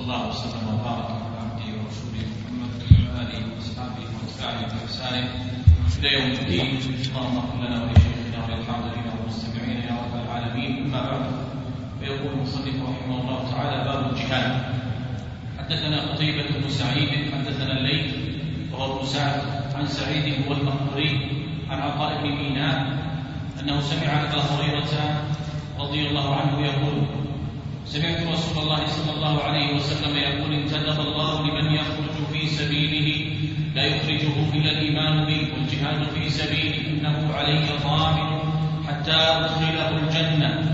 الله وسلم وبارك على عبده ورسوله محمد وعلى آله وأصحابه وأتباعه بإحسان إلى يوم الدين. اللهم اغفر لنا ولشيخنا وللحاضرين والمستمعين يا رب العالمين. أما بعد، فيقول المصنف رحمه الله تعالى: باب الجهاد. حدثنا قتيبة بن سعيد حدثنا الليث وهو ابن سعد عن سعيد هو المقبري عن عطاء بن ميناء أنه سمع أبا هريرة رضي الله عنه يقول: سمعت رسول الله صلى الله عليه وسلم يقول: انتدب الله لمن يخرج في سبيله لا يخرجه إلا الإيمان به والجهاد في سبيله إنه علي ضامن حتى أدخله الجنة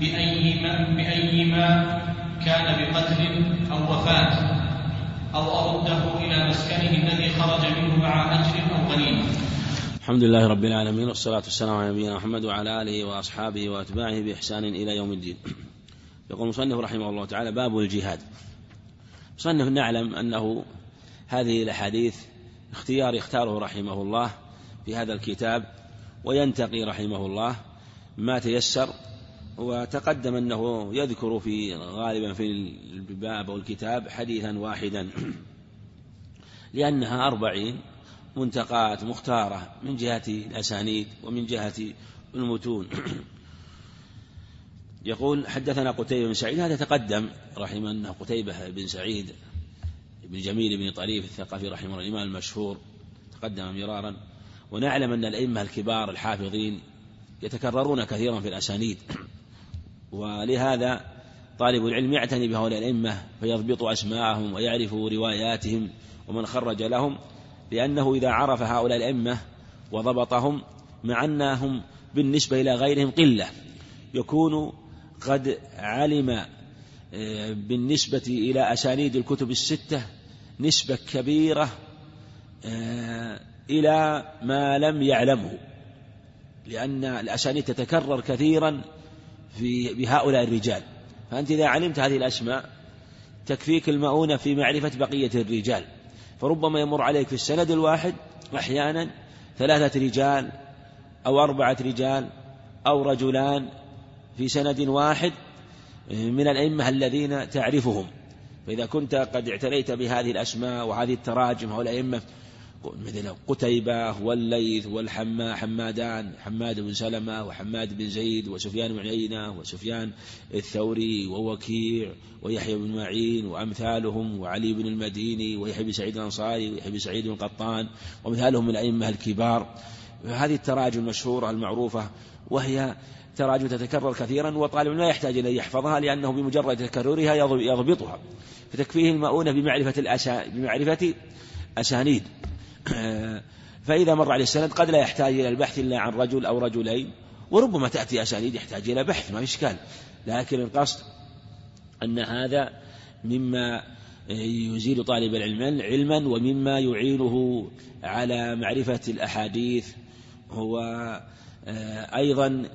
بأيما كان بقتل أو وفاة أو أرده إلى مسكنه الذي خرج منه مع أجر أو غنيمة. الحمد لله رب العالمين، والصلاة والسلام على نبينا محمد وعلى آله وأصحابه وأتباعه بإحسان إلى يوم الدين. يقول المصنف رحمه الله تعالى: باب الجهاد. مصنف نعلم أنه هذه الأحاديث يختاره رحمه الله في هذا الكتاب، وينتقي رحمه الله ما تيسر، وتقدم أنه يذكر غالبا في الباب أو الكتاب حديثا واحدا لأنها 40 منتقات مختارة من جهة الأسانيد ومن جهة المتون. يقول: حدثنا قتيبة بن سعيد. هذا تقدم رحمه أنه قتيبة بن سعيد بن جميل بن طريف الثقفي رحمه الله الإمام المشهور، تقدم مرارا. ونعلم أن الأئمة الكبار الحافظين يتكررون كثيرا في الأسانيد، ولهذا طالب العلم يعتني بهؤلاء الأئمة فيضبط أسماءهم ويعرف رواياتهم ومن خرج لهم، لأنه إذا عرف هؤلاء الأئمة وضبطهم مع أنهم بالنسبة إلى غيرهم قلة، يكون قد علم بالنسبة إلى أسانيد الكتب الستة نسبة كبيرة إلى ما لم يعلمه، لأن الأسانيد تتكرر كثيرا بهؤلاء الرجال. فأنت إذا علمت هذه الأسماء تكفيك المؤونة في معرفة بقية الرجال، فربما يمر عليك في السند الواحد أحيانا 3 رجال أو 4 رجال أو رجلان في سند واحد من الأئمة الذين تعرفهم. فإذا كنت قد اعتنيت بهذه الأسماء وهذه التراجم، هؤلاء الأئمة مثل قتيبة والليث حماد بن سلمة وحماد بن زيد وسفيان بن عيينة وسفيان الثوري ووكيع ويحيى بن معين وأمثالهم وعلي بن المديني ويحيى بن سعيد الأنصاري ويحيى بن سعيد بن القطان وأمثالهم من الأئمة الكبار. هذه التراجم المشهورة المعروفة، وهي تراجم تتكرر كثيرا، وطالب لا يحتاج إلى يحفظها لأنه بمجرد تكررها يضبطها، فتكفيه المؤونة بمعرفة أسانيد. فإذا مر عليه السند قد لا يحتاج إلى البحث إلا عن رجل أو رجلين، وربما تأتي أسانيد يحتاج إلى بحث، ما في إشكال، لكن القصد أن هذا مما يزيد طالب العلم علما ومما يعينه على معرفة الأحاديث، هو أيضا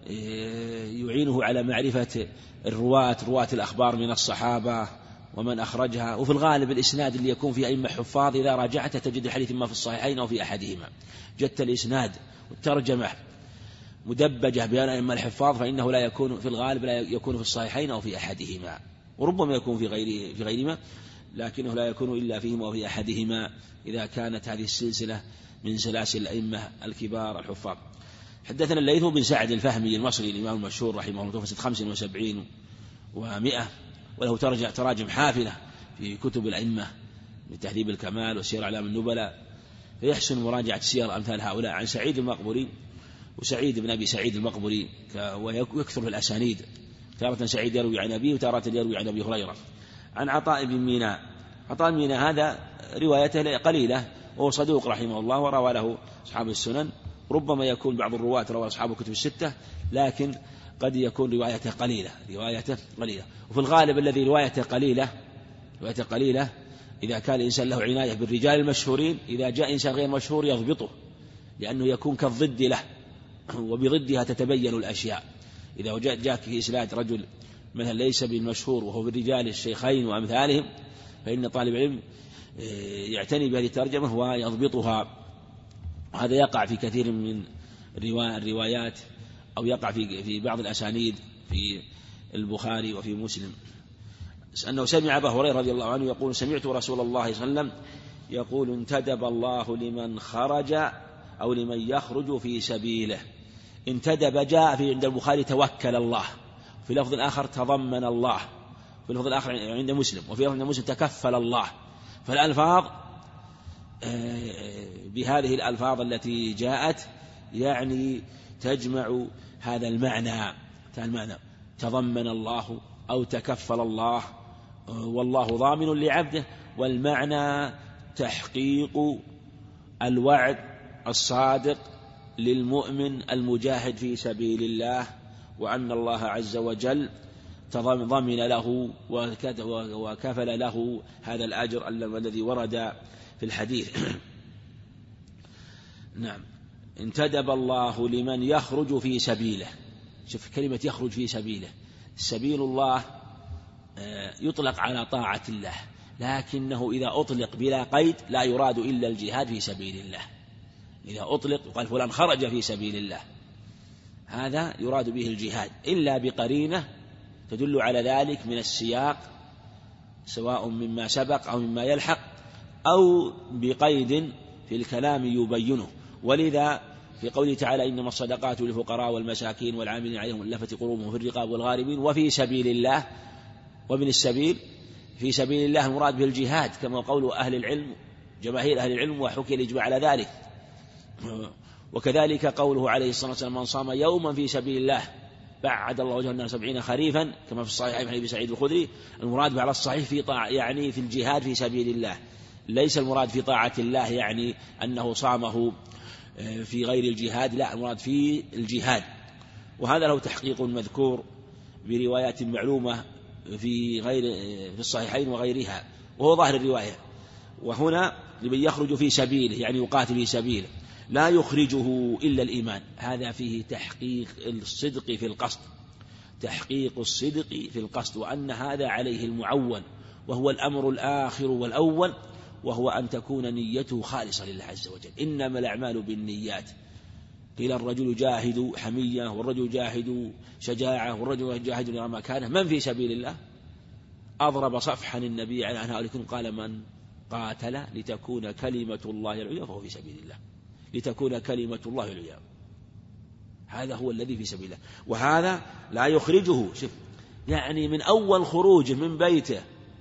يعينه على معرفة رواة الأخبار من الصحابة ومن أخرجها. وفي الغالب الإسناد اللي يكون فيه أئمة حفاظ إذا راجعته تجد الحديث إما في الصحيحين أو في أحدهما. جدت الإسناد والترجمة مدبجة بين أئمة الحفاظ فإنه لا يكون في الغالب، لا يكون في الصحيحين أو في أحدهما، وربما يكون في غيرهما، لكنه لا يكون إلا فيهما وفي أحدهما إذا كانت هذه السلسلة من سلاسل الأئمة الكبار الحفاظ. حدثنا الليث بن سعد الفهمي المصري الإمام المشهور رحمه الله، توفى 75 و100، وله تراجم حافلة في كتب الأئمة من تهذيب الكمال وسير أعلام النبلاء، فيحسن مراجعة سير أمثال هؤلاء. عن سعيد المقبري، وسعيد بن أبي سعيد المقبري ويكثر في الأسانيد، تارة سعيد يروي عن أبيه وتارة يروي عن أبي هريرة. عن عطاء بن ميناء. عطاء بن ميناء هذا روايته قليلة، وهو صدوق رحمه الله وروى له أصحاب السنن، ربما يكون بعض الرواة روى أصحاب الكتب الستة، لكن قد يكون روايته قليلة. وفي الغالب الذي روايته قليلة إذا كان الإنسان له عناية بالرجال المشهورين، إذا جاء إنسان غير مشهور يضبطه، لأنه يكون كالضد له، وبضدها تتبين الأشياء. إذا جاءك في إسناد رجل مثلا ليس بالمشهور وهو بالرجال الشيخين وأمثالهم، فإن طالب العلم يعتني بهذه الترجمة ويضبطها. وهذا يقع في كثير من الروايات، أو يقع في بعض الأسانيد في البخاري وفي مسلم. أنه سمع أبا هريرة رضي الله عنه يقول سمعت رسول الله صلى الله عليه وسلم يقول انتدب الله لمن خرج أو لمن يخرج في سبيله. انتدب جاء في عند البخاري توكل الله، في لفظ آخر تضمن الله، في لفظ آخر عند مسلم، وفي لفظ عند مسلم تكفل الله. فالألفاظ بهذه الألفاظ التي جاءت يعني تجمع هذا المعنى تضمن الله أو تكفل الله والله ضامن لعبده، والمعنى تحقيق الوعد الصادق للمؤمن المجاهد في سبيل الله، وأن الله عز وجل ضمن له وكفل له هذا الأجر الذي ورد في الحديث. نعم. انتدب الله لمن يخرج في سبيله. شوف كلمة يخرج في سبيله، سبيل الله يطلق على طاعة الله، لكنه إذا أطلق بلا قيد لا يراد إلا الجهاد في سبيل الله. إذا أطلق قال فلان خرج في سبيل الله، هذا يراد به الجهاد، إلا بقرينة تدل على ذلك من السياق سواء مما سبق أو مما يلحق، أو بقيد في الكلام يبينه. ولذا في قوله تعالى إنما الصدقات للفقراء والمساكين والعاملين عليهم والمؤلفة قلوبهم في الرقاب والغارمين وفي سبيل الله، وابن السبيل في سبيل الله المراد به الجهاد، كما قول أهل العلم جماهير أهل العلم وحكي الإجماع على ذلك. وكذلك قوله عليه الصلاة والسلام من صام يوما في سبيل الله بعد الله وجهه النار 70 خريفا، كما في الصحيح عن أبي سعيد الخدري. المراد على الصحيح في طاعة يعني في الجهاد في سبيل الله، ليس المراد في طاعة الله يعني أنه صامه في غير الجهاد، لا، المراد في الجهاد. وهذا له تحقيق مذكور بروايات معلومة في الصحيحين وغيرها، وهو ظاهر الرواية. وهنا لمن يخرج في سبيله يعني يقاتل في سبيله لا يخرجه إلا الإيمان، هذا فيه تحقيق الصدق في القصد، تحقيق الصدق في القصد، وأن هذا عليه المعول، وهو الأمر الآخر والأول، وهو أن تكون نيته خالصة لله عز وجل. إنما الأعمال بالنيات. قيل الرجل جاهد حمية، والرجل جاهد شجاعة، والرجل جاهد لما مكانه. من في سبيل الله؟ أضرب صفحا النبي عن هؤلاء، قال من قاتل لتكون كلمة الله العليا فهو في سبيل الله، لتكون كلمة الله العليا، هذا هو الذي في سبيل الله. وهذا لا يخرجه، شوف يعني من أول خروجه من بيته،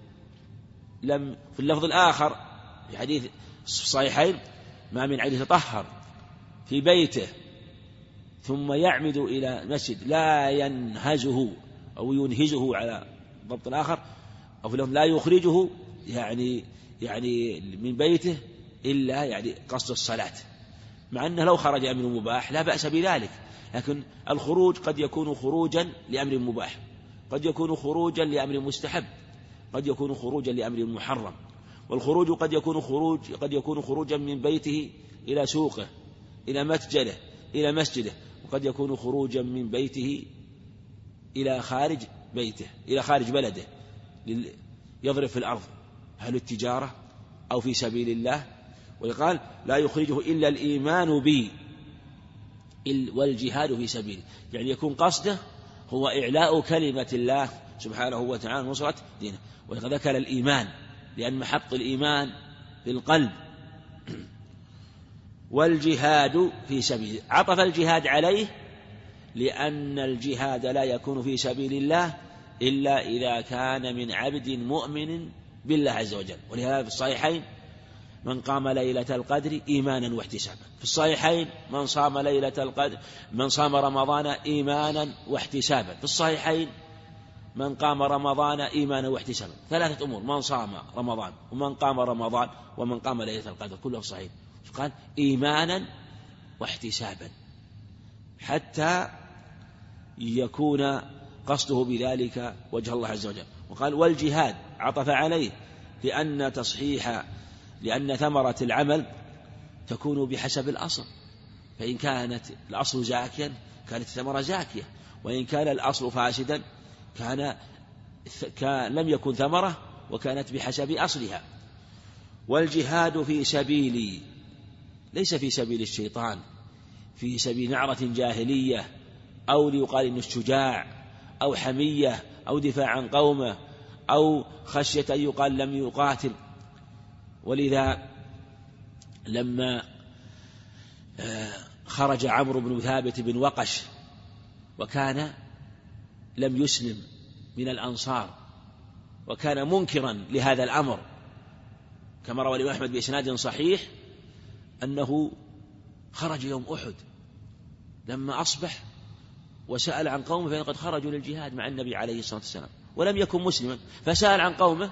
لم في اللفظ الآخر في حديث الصحيحين ما من عبد يتطهر في بيته ثم يعمد إلى المسجد لا ينهزه أو ينهزه على ضبط الآخر، أو في اللفظ لا يخرجه يعني من بيته إلا يعني قصد الصلاة، مع أنه لو خرج أمر مباح لا بأس بذلك، لكن الخروج قد يكون خروجا لأمر مباح، قد يكون خروجا لأمر مستحب، قد يكون خروجا لأمر محرم. والخروج قد يكون خروجا من بيته إلى سوقه، إلى متجره، إلى مسجده، وقد يكون خروجا من بيته إلى خارج بيته، إلى خارج بلده يضرب في الأرض، هل التجارة أو في سبيل الله. ويقال لا يخرجه إلا الإيمان بي والجهاد في سبيله، يعني يكون قصده هو إعلاء كلمة الله سبحانه وتعالى ونصرة دينه. وذكر الإيمان لأن محط الإيمان في القلب. والجهاد في سبيله، عطف الجهاد عليه لأن الجهاد لا يكون في سبيل الله إلا إذا كان من عبد مؤمن بالله عز وجل. ولهذا في الصحيحين من قام ليلة القدر إيمانا واحتسابا، في الصحيحين من صام ليلة القدر، من صام رمضان إيمانا واحتسابا، في الصحيحين من قام رمضان إيمانا واحتسابا. ثلاثة أمور: من صام رمضان، ومن قام رمضان، ومن قام ليلة القدر، كله صحيح. قال إيمانا واحتسابا حتى يكون قصده بذلك وجه الله عز وجل. وقال والجهاد عطف عليه لأن ثمرة العمل تكون بحسب الأصل، فإن كانت الأصل زاكيا كانت الثمرة زاكية، وإن كان الأصل فاسدا لم يكن ثمرة وكانت بحسب أصلها. والجهاد في سبيلي ليس في سبيل الشيطان، في سبيل نعرة جاهلية، أو ليقال إنه شجاع، أو حمية، أو دفاع عن قومه، أو خشية أن يقال لم يقاتل. ولذا لما خرج عمرو بن ثابت بن وقش وكان لم يسلم من الأنصار وكان منكرا لهذا الأمر، كما روى الإمام أحمد بإسناد صحيح أنه خرج يوم أحد لما أصبح وسأل عن قومه فإن قد خرجوا للجهاد مع النبي عليه الصلاة والسلام ولم يكن مسلما، فسأل عن قومه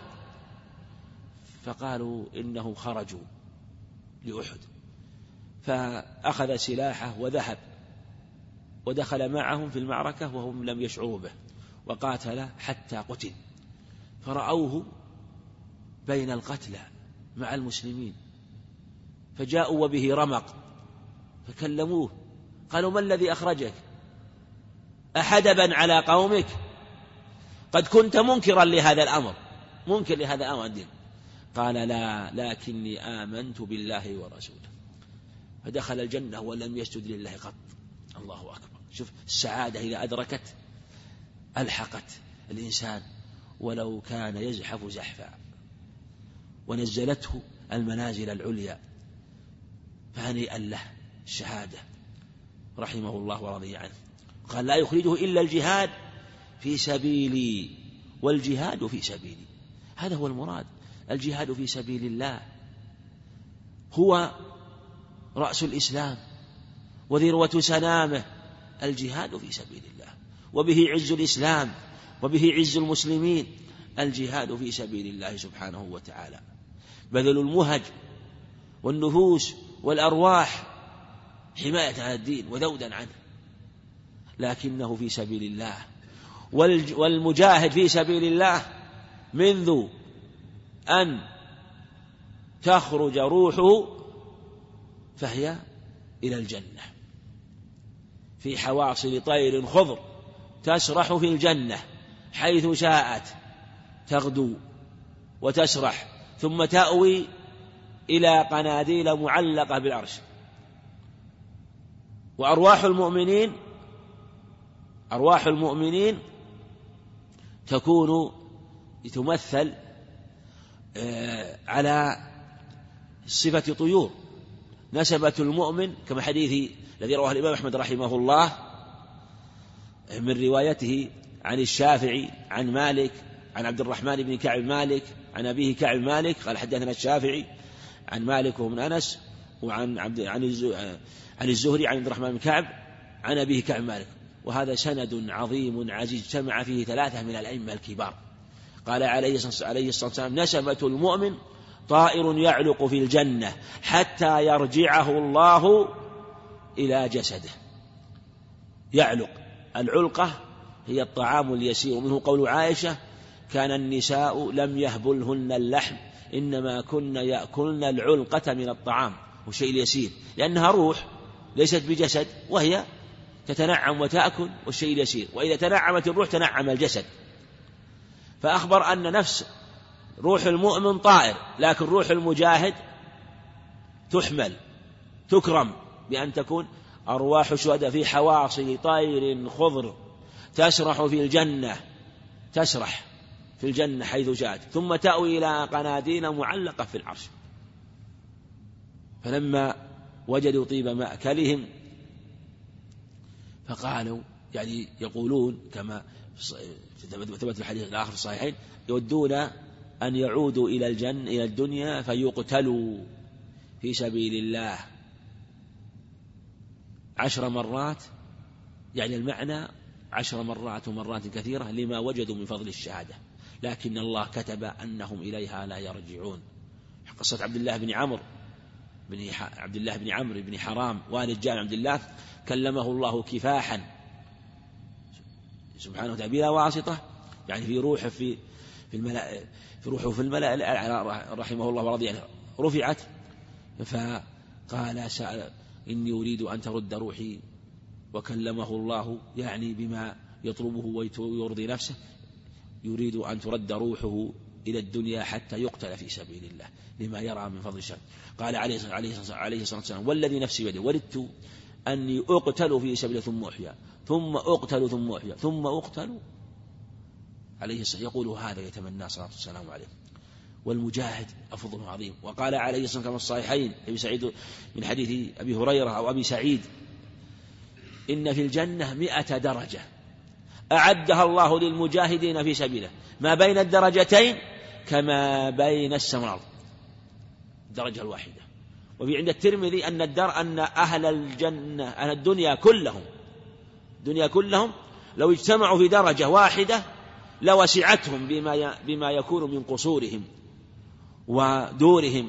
فقالوا إنهم خرجوا لأحد، فأخذ سلاحه وذهب ودخل معهم في المعركة وهم لم يشعروا به وقاتل حتى قتل، فرأوه بين القتلى مع المسلمين فجاءوا وبه رمق فكلموه قالوا ما الذي أخرجك أحدبا على قومك؟ قد كنت منكرا لهذا الأمر، منكر لهذا الأمر الدين. قال لا، لكني آمنت بالله ورسوله فدخل الجنة ولم يسجد لله قط. الله أكبر. شوف السعادة إذا أدركت ألحقت الإنسان ولو كان يزحف زحفا ونزلته المنازل العليا، فهنيئا له الشهادة رحمه الله ورضي عنه. قال لا يخرجه إلا الجهاد في سبيلي، والجهاد في سبيلي هذا هو المراد. الجهاد في سبيل الله هو رأس الإسلام وذروة سنامه، الجهاد في سبيل الله، وبه عز الإسلام وبه عز المسلمين، الجهاد في سبيل الله سبحانه وتعالى، بذل المهج والنفوس والأرواح حماية على الدين وذودا عنه، لكنه في سبيل الله. والمجاهد في سبيل الله منذ أن تخرج روحه فهي إلى الجنة في حواصل طير خضر تسرح في الجنة حيث شاءت، تغدو وتسرح ثم تأوي إلى قناديل معلقة بالعرش. وأرواح المؤمنين تمثل على صفة طيور. نسبة المؤمن كما حديث الذي رواه الإمام أحمد رحمه الله من روايته عن الشافعي عن مالك عن عبد الرحمن بن كعب مالك عن أبيه كعب مالك قال حدثنا الشافعي عن مالك وابن أنس عن الزهري عن عبد الرحمن بن كعب عن أبيه كعب مالك. وهذا سند عظيم عزيز اجتمع فيه 3 من الأئمة الكبار. قال عليه الصلاة والسلام نسمة المؤمن طائر يعلق في الجنة حتى يرجعه الله إلى جسده. يعلق، العلقة هي الطعام اليسير، منه قول عائشة كان النساء لم يهبلهن اللحم إنما كن يأكلن العلقة من الطعام وشيء اليسير، لأنها روح ليست بجسد وهي تتنعم وتأكل والشيء اليسير، وإذا تنعمت الروح تنعم الجسد. فأخبر أن نفس روح المؤمن طائر، لكن روح المجاهد تحمل تكرم بأن تكون أرواح شهداء في حواصل طير خضر تسرح في الجنة، تسرح في الجنة حيث شاءت ثم تأوي إلى قناديل معلقة في العرش. فلما وجدوا طيب مأكلهم فقالوا يعني يقولون كما ثبت الحديث الآخر في الصحيحين يودون أن يعودوا إلى الجنة إلى الدنيا فيقتلوا في سبيل الله 10 مرات، يعني المعنى 10 مرات ومرات كثيرة لما وجدوا من فضل الشهادة، لكن الله كتب أنهم إليها لا يرجعون. قصة عبد الله بن عمرو بن حرام والد جابر عبد الله كلمه الله كفاحا سبحانه وتعالى بلا واسطة، يعني في روحه في الملأ رحمه الله ورضي عنه رفعت، فقال إني أريد أن ترد روحي، وكلمه الله يعني بما يطلبه ويرضي نفسه، يريد أن ترد روحه إلى الدنيا حتى يقتل في سبيل الله لما يرى من فضل الشهادة. قال عليه الصلاة والسلام والذي نفسي بيده وددت أني أقتل في سبيل ثم أحيا ثم أقتل ثم أحيا ثم أقتل عليه الصلاة يقول هذا يتمنى صلى الله عليه وسلم عليه. والمجاهد أفضل عظيم. وقال عليه الصلاة والسلام كما الصحيحين أبي سعيد من حديث أبي هريرة أو أبي سعيد إن في الجنة 100 درجة أعدها الله للمجاهدين في سبيله ما بين الدرجتين كما بين السماء والأرض، الدرجة الواحدة. وفي عند الترمذي أن أهل الجنة أهل الدنيا كلهم لو اجتمعوا في درجة واحدة لوسعتهم بما يكون من قصورهم ودورهم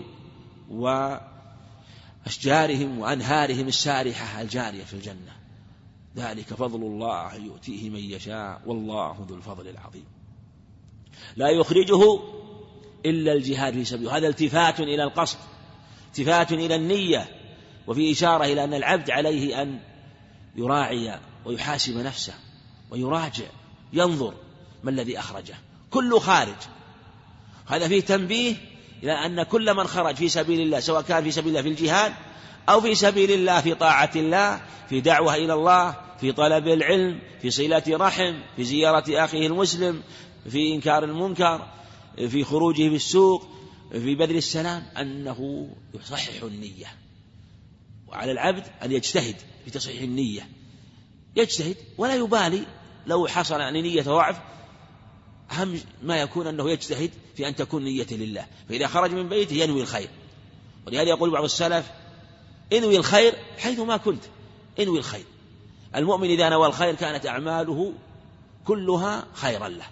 وأشجارهم وأنهارهم السارحة الجارية في الجنة. ذلك فضل الله يؤتيه من يشاء والله ذو الفضل العظيم. لا يخرجه إلا الجهاد في سبيله. هذا التفات إلى القصد، التفات إلى النية، وفي إشارة إلى أن العبد عليه أن يراعي ويحاسب نفسه ويراجع ينظر ما الذي أخرجه، كل خارج. هذا فيه تنبيه إلى أن كل من خرج في سبيل الله سواء كان في سبيل الله في الجهاد أو في سبيل الله في طاعة الله، في دعوة إلى الله، في طلب العلم، في صلة رحم، في زيارة أخيه المسلم، في إنكار المنكر، في خروجه في السوق، في بذل السلام، أنه يصحح النية. وعلى العبد أن يجتهد في تصحيح النية، يجتهد ولا يبالي لو حصل عن نية ضعف، أهم ما يكون أنه يجتهد في أن تكون نية لله. فإذا خرج من بيته ينوي الخير. ولهذا يقول بعض السلف انوي الخير حيث ما كنت، انوي الخير. المؤمن إذا نوى الخير كانت أعماله كلها خيرا له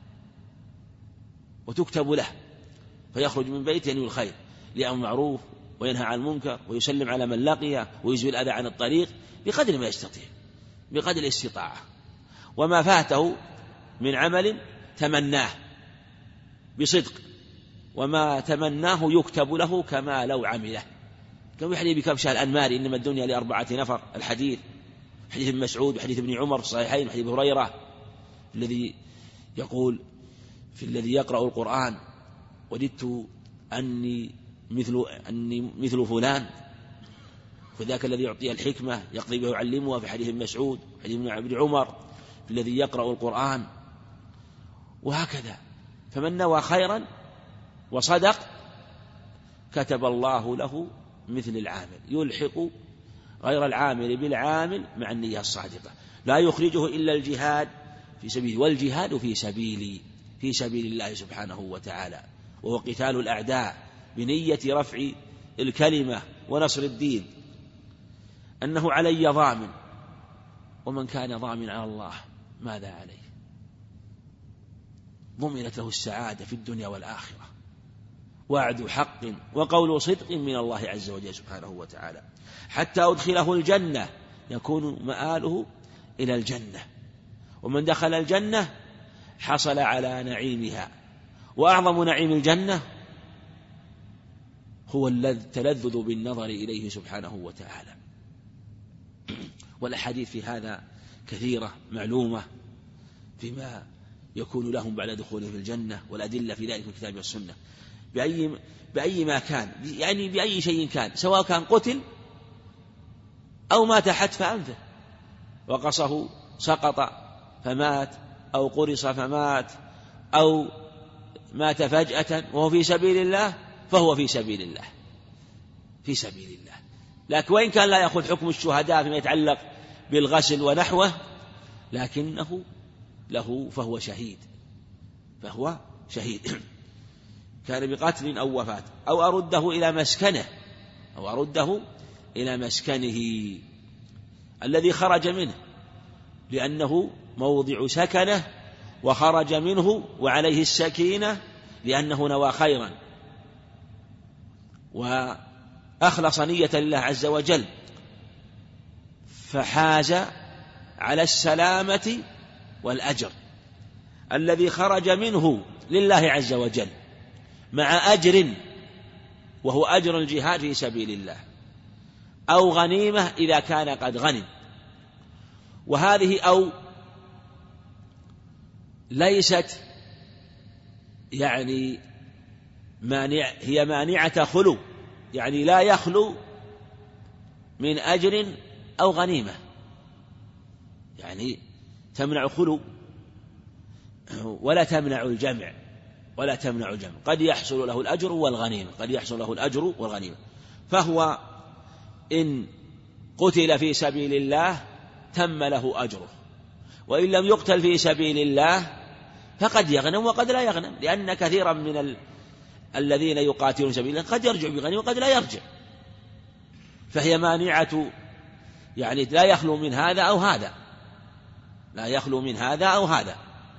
وتكتب له، فيخرج من بيته ينوي الخير، لأمر معروف وينهى عن المنكر ويسلم على من لقيه ويزوي الأذى عن الطريق بقدر ما يستطيع، بقدر الاستطاعة. وما فاته من عمل تمناه بصدق، وما تمناه يكتب له كما لو عمله. كما في حديث كبشة الأنماري إنما الدنيا ل4 نفر، الحديث حديث ابن مسعود وحديث ابن عمر الصحيحين وحديث هريرة الذي يقول في الذي يقرأ القرآن وددت أني مثل فلان، فذاك الذي يعطيه الحكمة يقضي به يعلمها، في حديث ابن مسعود حديث ابن عمر في الذي يقرأ القرآن. وهكذا فمن نوى خيرا وصدق كتب الله له مثل العامل، يلحق غير العامل بالعامل مع النية الصادقة. لا يخرجه إلا الجهاد في سبيله، والجهاد في سبيل الله سبحانه وتعالى، وهو قتال الأعداء بنية رفع الكلمة ونصر الدين. أنه علي ضامن، ومن كان ضامن على الله ماذا عليه؟ ضمنت له السعادة في الدنيا والآخرة، وعد حق وقول صدق من الله عز وجل سبحانه وتعالى، حتى أدخله الجنة يكون مآله إلى الجنة. ومن دخل الجنة حصل على نعيمها، وأعظم نعيم الجنة هو التلذذ بالنظر إليه سبحانه وتعالى. والأحاديث في هذا كثيرة معلومة فيما يكون لهم بعد دخولهم في الجنة، والأدلة في ذلك من الكتاب والسنة بأي ما كان، يعني بأي شيء كان، سواء كان قتل أو مات حتف أنفه وقصه سقط فمات، أو قرص فمات، أو مات فجأة وهو في سبيل الله، فهو في سبيل الله، في سبيل الله. لكن وإن كان لا يأخذ حكم الشهداء فيما يتعلق بالغسل ونحوه، لكنه له فهو شهيد، فهو شهيد. كان بقتل أو وفاة، أو أرده إلى مسكنه الذي خرج منه، لأنه موضع سكنه، وخرج منه وعليه السكينة لأنه نوى خيرا وأخلص نية لله عز وجل، فحاز على السلامة والأجر الذي خرج منه لله عز وجل، مع أجر وهو أجر الجهاد في سبيل الله، أو غنيمة إذا كان قد غنم. وهذه أو ليست يعني هي مانعة خلو، يعني لا يخلو من أجر أو غنيمة، يعني تمنع خلو ولا تمنع الجمع، قد يحصل له الأجر والغنيمة، فهو إن قتل في سبيل الله تم له أجره، وإن لم يقتل في سبيل الله فقد يغنم وقد لا يغنم، لأن كثيرا من الذين يقاتلون في سبيل الله قد يرجع بغنيمة وقد لا يرجع، فهي مانعة، يعني لا يخلو من هذا أو هذا،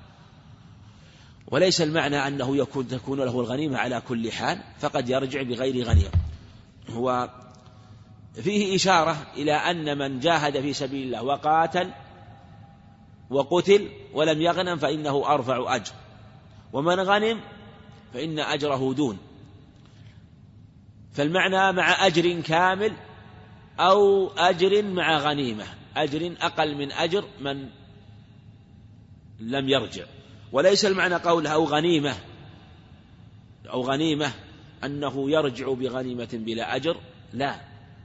وليس المعنى أنه تكون له الغنيمة على كل حال، فقد يرجع بغير غنيمة. هو فيه إشارة إلى أن من جاهد في سبيل الله وقاتل وقتل ولم يغنم فإنه أرفع أجر، ومن غنم فإن أجره دون، فالمعنى مع أجر كامل أو أجر مع غنيمة، أجر أقل من أجر من لم يرجع. وليس المعنى قوله أو غنيمة أنه يرجع بغنيمة بلا أجر، لا،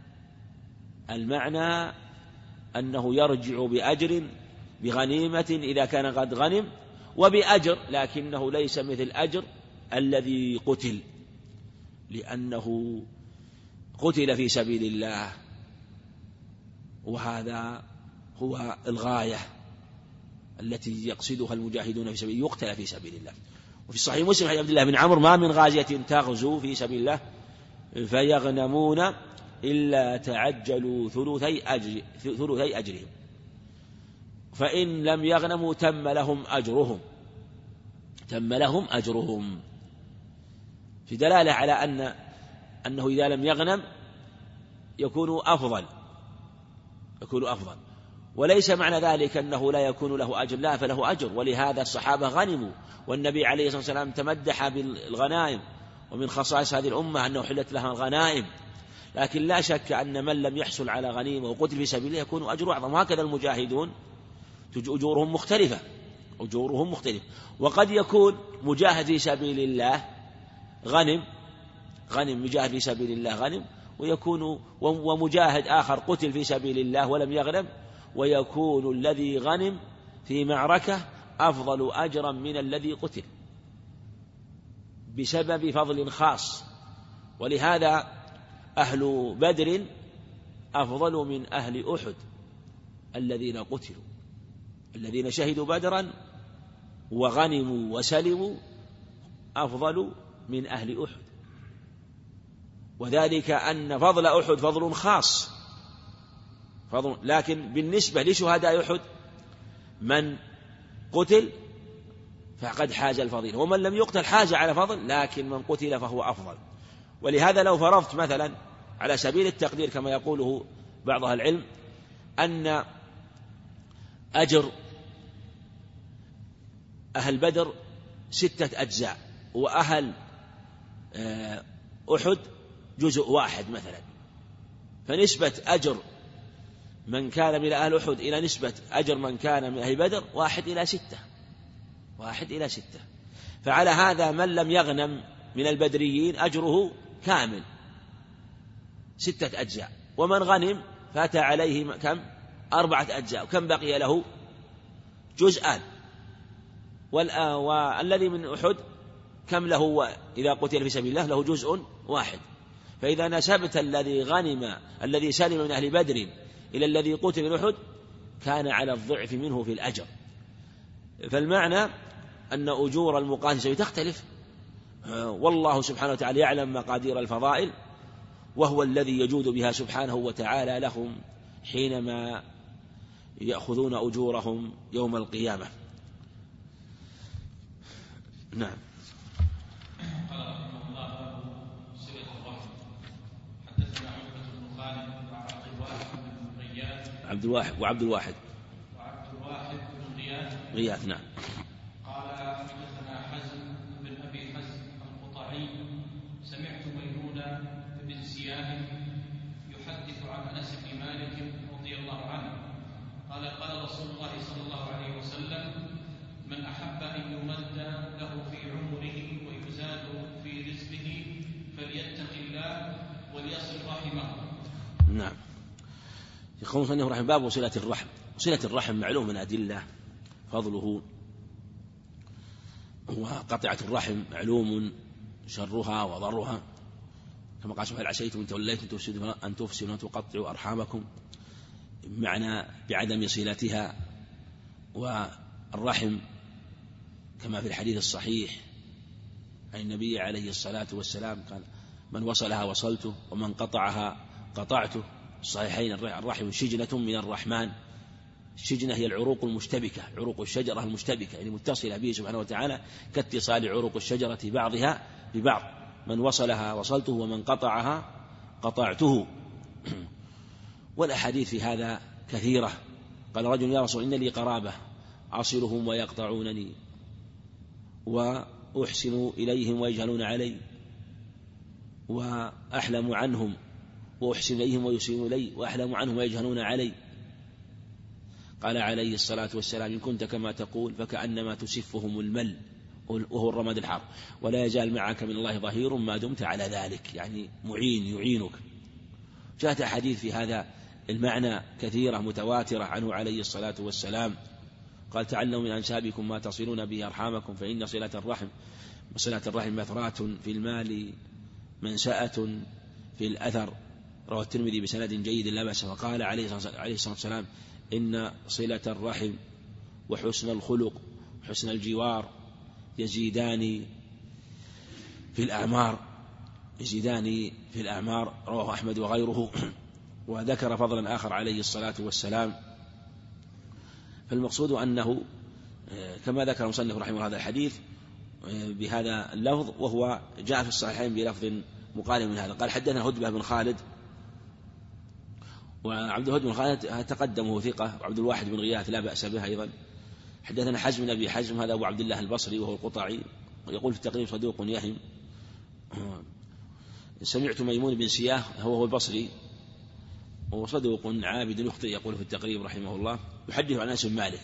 المعنى أنه يرجع بأجر بغنيمة إذا كان قد غنم، وبأجر لكنه ليس مثل أجر الذي قتل، لأنه قتل في سبيل الله، وهذا هو الغاية التي يقصدها المجاهدون في سبيل الله، يقتل في سبيل الله. وفي صحيح مسلم عن عبد الله بن عمرو: ما من غازية تغزو في سبيل الله فيغنمون إلا تعجلوا ثلثي أجرهم، فإن لم يغنموا تم لهم أجرهم، في دلالة على أنه إذا لم يغنم يكون أفضل، وليس معنى ذلك أنه لا يكون له أجر، لا، فله أجر، ولهذا الصحابة غنموا، والنبي عليه الصلاة والسلام تمدح بالغنائم، ومن خصائص هذه الأمة أنه حلت لها الغنائم، لكن لا شك أن من لم يحصل على غنيمة وقتل في سبيل الله يكون أجره أعظم. وهكذا المجاهدون أجورهم مختلفة، وقد يكون مجاهد في سبيل الله غنم، مجاهد في سبيل الله غنم، ومجاهد آخر قتل في سبيل الله ولم يغنم، ويكون الذي غنم في معركة أفضل أجرا من الذي قتل بسبب فضل خاص. ولهذا أهل بدر أفضل من أهل أحد الذين قتلوا، الذين شهدوا بدرا وغنموا وسلموا أفضل من أهل أحد، وذلك أن فضل أحد فضل خاص، لكن بالنسبة لشهداء أحد من قتل فقد حاز الفضيلة، ومن لم يقتل حاز على فضل، لكن من قتل فهو أفضل. ولهذا لو فرضت مثلا على سبيل التقدير كما يقوله بعض أهل العلم أن أجر أهل بدر 6 أجزاء، وأهل أحد جزء واحد مثلا، فنسبة أجر من كان من أهل أحد إلى نسبة أجر من كان من أهل بدر 1:6، فعلى هذا من لم يغنم من البدريين أجره كامل 6 أجزاء، ومن غنم فات عليه كم 4 أجزاء، وكم بقي له جزءان، والذي من أحد كم له إذا قتل في سبيل الله له جزء واحد. فإذا نسبت الذي سلم من أهل بدر إلى الذي قتل من أحد كان على الضعف منه في الأجر. فالمعنى أن أجور المقاتل تختلف، والله سبحانه وتعالى يعلم مقادير الفضائل، وهو الذي يجود بها سبحانه وتعالى لهم حينما يأخذون أجورهم يوم القيامة. نعم. قال رحمه الله: صلة الرحم. حدثنا عقبة بن خالد وعبد الواحد بن غياث. نعم. قال: حدثنا حزم بن أبي حزم القطعي: سمعت ميمون بن زياد يحدث عن أنس بن مالك رضي الله عنه قال: قال رسول الله صلى الله عليه وسلم: من أحب أن يمد له في عمره ويزاد في رزقه فليتق الله وليصل رحمه. نعم. يقول صلى الله عليه باب صلة الرحم. صلة الرحم معلوم من أدلة فضله وقطعة الرحم معلوم شرها وضرها، كما قال سبحانه: عسيتم إن توليتم أن تفسدوا وتقطعوا أرحامكم، بمعنى بعدم صلتها. والرحم كما في الحديث الصحيح عن النبي عليه الصلاة والسلام قال: من وصلها وصلته ومن قطعها قطعته. الصحيحين: الرحم شجنة من الرحمن. الشجنة هي العروق المشتبكة، عروق الشجرة المشتبكة، يعني متصلة به سبحانه وتعالى كاتصال عروق الشجرة بعضها ببعض. من وصلها وصلته ومن قطعها قطعته. والأحاديث في هذا كثيرة. قال رجل: يا رسول إن لي قرابة أصلهم ويقطعونني وأحسن إليهم ويجهلون علي، وأحلم عنهم وأحسن إليهم ويسيئون إلي، وأحلم عنهم ويجهلون علي. قال عليه الصلاة والسلام: إن كنت كما تقول فكأنما تسفهم المل وهو الرماد الحار، ولا يزال معك من الله ظهير ما دمت على ذلك، يعني معين يعينك. جاءت أحاديث في هذا المعنى كثيرة متواترة عنه عليه الصلاة والسلام. قال: تعلموا من أنسابكم ما تصلون به أرحامكم، فإن صلة الرحم مثرات في المال منسأة في الأثر. رواه الترمذي بسند جيد لا بأس. وقال عليه الصلاة والسلام: إن صلة الرحم وحسن الخلق وحسن الجوار يزيدان في الأعمار. رواه أحمد وغيره. وذكر فضلا آخر عليه الصلاة والسلام. فالمقصود أنه كما ذكر المصنف رحمه الله هذا الحديث بهذا اللفظ، وهو جاء في الصحيحين بلفظ مقارب من هذا. قال: حدثنا هدبة بن خالد، وعبد الهدى بن خالد تقدمه ثقة، وعبد الواحد بن غياث لا بأس به أيضا. حدثنا حزم بن أبي حزم، هذا أبو عبد الله البصري وهو القطعي، يقول في التقريب: صدوق يهم. سمعت ميمون بن سياه هو البصري وصدوق عابد يخطئ، يقول في التقريب رحمه الله، يحدث عن أنس بن مالك.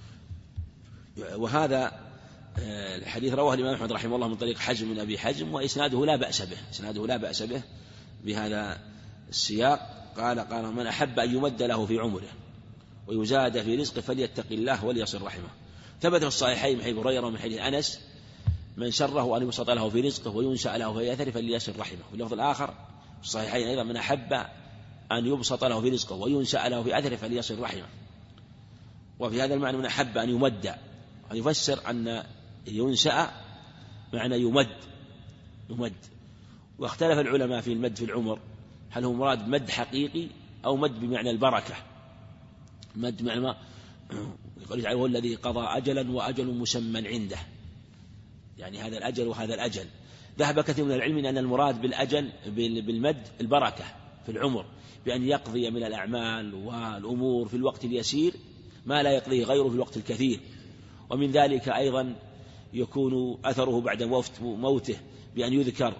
وهذا الحديث رواه الإمام أحمد رحمه الله من طريق حزم بن أبي حزم، وإسناده لا بأس به بهذا السياق. قال: من أحب أن يمد له في عمره ويزاد في رزقه فليتق الله وليصل رحمه. ثبت في الصحيحين من حديث هريرة ومن حديث أنس: من شره أن يبسط له في رزقه وينسأ له في أثره فليصل رحمه. في اللفظ الآخر في الصحيحين أيضا: من أحب أن يبسط له في رزقه وينسأ له في أثره فليصل رحمه. وفي هذا المعنى: من أحب أن يمد، أن يفسر أن ينسأ معنى يمد. واختلف العلماء في المد في العمر، هل هو مراد مد حقيقي أو مد بمعنى البركة؟ مد معنى يقول تعالى: هو الذي قضى أجلا وأجل مسمى عنده، يعني هذا الأجل وهذا الأجل. ذهب كثير من العلم أن المراد بالأجل بالمد البركة في العمر، بأن يقضي من الأعمال والأمور في الوقت اليسير ما لا يقضيه غيره في الوقت الكثير. ومن ذلك أيضا يكون أثره بعد موته بأن يذكر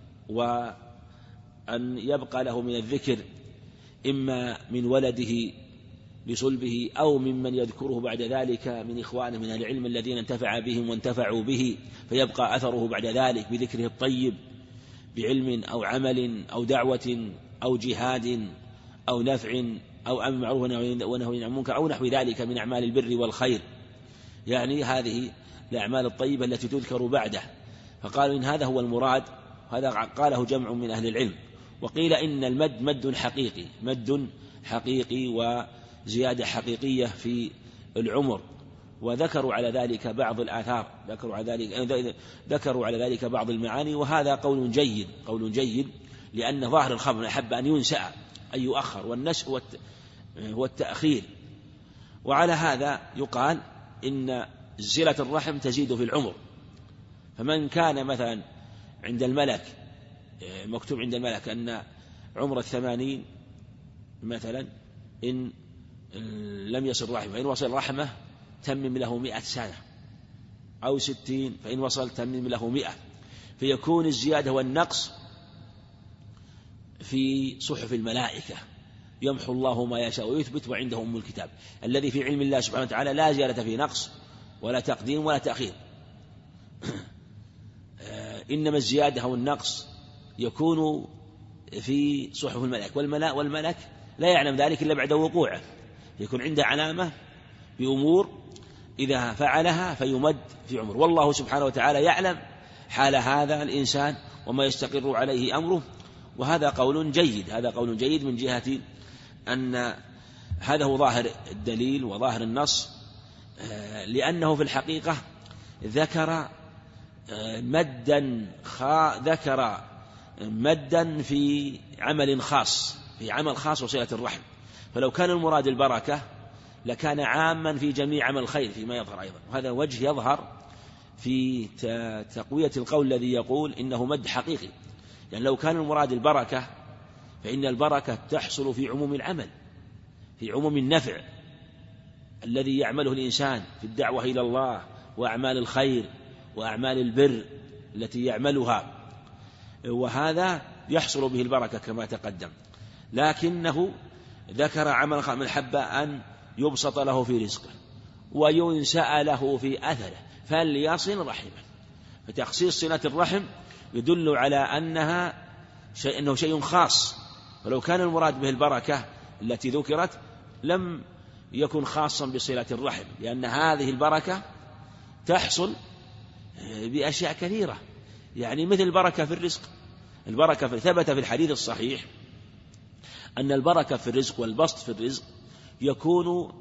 وأن يبقى له من الذكر إما من ولده بصلبه أو ممن يذكره بعد ذلك من إخوانه من العلم الذين انتفع بهم وانتفعوا به، فيبقى أثره بعد ذلك بذكره الطيب بعلم أو عمل أو دعوة أو جهاد أو نفع أو أمر معروف ونهي عن منكر أو نحو ذلك من أعمال البر والخير، يعني هذه الأعمال الطيبة التي تذكر بعده. فقالوا إن هذا هو المراد، هذا قاله جمع من أهل العلم. وقيل إن المد مد حقيقي وزيادة حقيقية في العمر. وذكروا على ذلك بعض الآثار، ذكروا على ذلك بعض المعاني، وهذا قول جيد لأن ظاهر الخبر أحب أن ينسأ أن يؤخر، والنسء هو التأخير. وعلى هذا يقال إن صلة الرحم تزيد في العمر. فمن كان مثلا عند الملك مكتوب عند الملك أن عمر 80 مثلا، إن لم يصل رحمه، فإن وصل رحمه تمم له 100 سنة، أو 60 فإن وصل تمم له 100، فيكون الزيادة والنقص في صحف الملائكة، يمحو الله ما يشاء ويثبت وعنده أم الكتاب. الذي في علم الله سبحانه وتعالى لا زيادة فيه نقص ولا تقديم ولا تأخير. إنما الزيادة والنقص يكون في صحف الملائكة، والملك لا يعلم ذلك إلا بعد وقوعه، يكون عنده علامة بأمور إذا فعلها فيمد في عمر. والله سبحانه وتعالى يعلم حال هذا الإنسان وما يستقر عليه أمره. وهذا قول جيد، هذا قول جيد من جهة أن هذا هو ظاهر الدليل وظاهر النص، لأنه في الحقيقة ذكر مدا في عمل خاص، في عمل خاص وصلة الرحم. فلو كان المراد البركة لكان عاما في جميع عمل الخير فيما يظهر أيضا. وهذا وجه يظهر في تقوية القول الذي يقول إنه مد حقيقي، يعني لو كان المراد البركة فإن البركة تحصل في عموم العمل، في عموم النفع الذي يعمله الإنسان في الدعوة إلى الله وأعمال الخير وأعمال البر التي يعملها، وهذا يحصل به البركة كما تقدم. لكنه ذكر عمل من حب أن يبسط له في رزقه وينسأ له في أثره فليصل رحمه. فتخصيص صلة الرحم يدل على أنه شيء خاص. ولو كان المراد به البركة التي ذكرت لم يكن خاصا بصلة الرحم، لأن هذه البركة تحصل بأشياء كثيرة، يعني مثل البركة في الرزق. البركة ثبت في الحديث الصحيح أن البركة في الرزق والبسط في الرزق يكون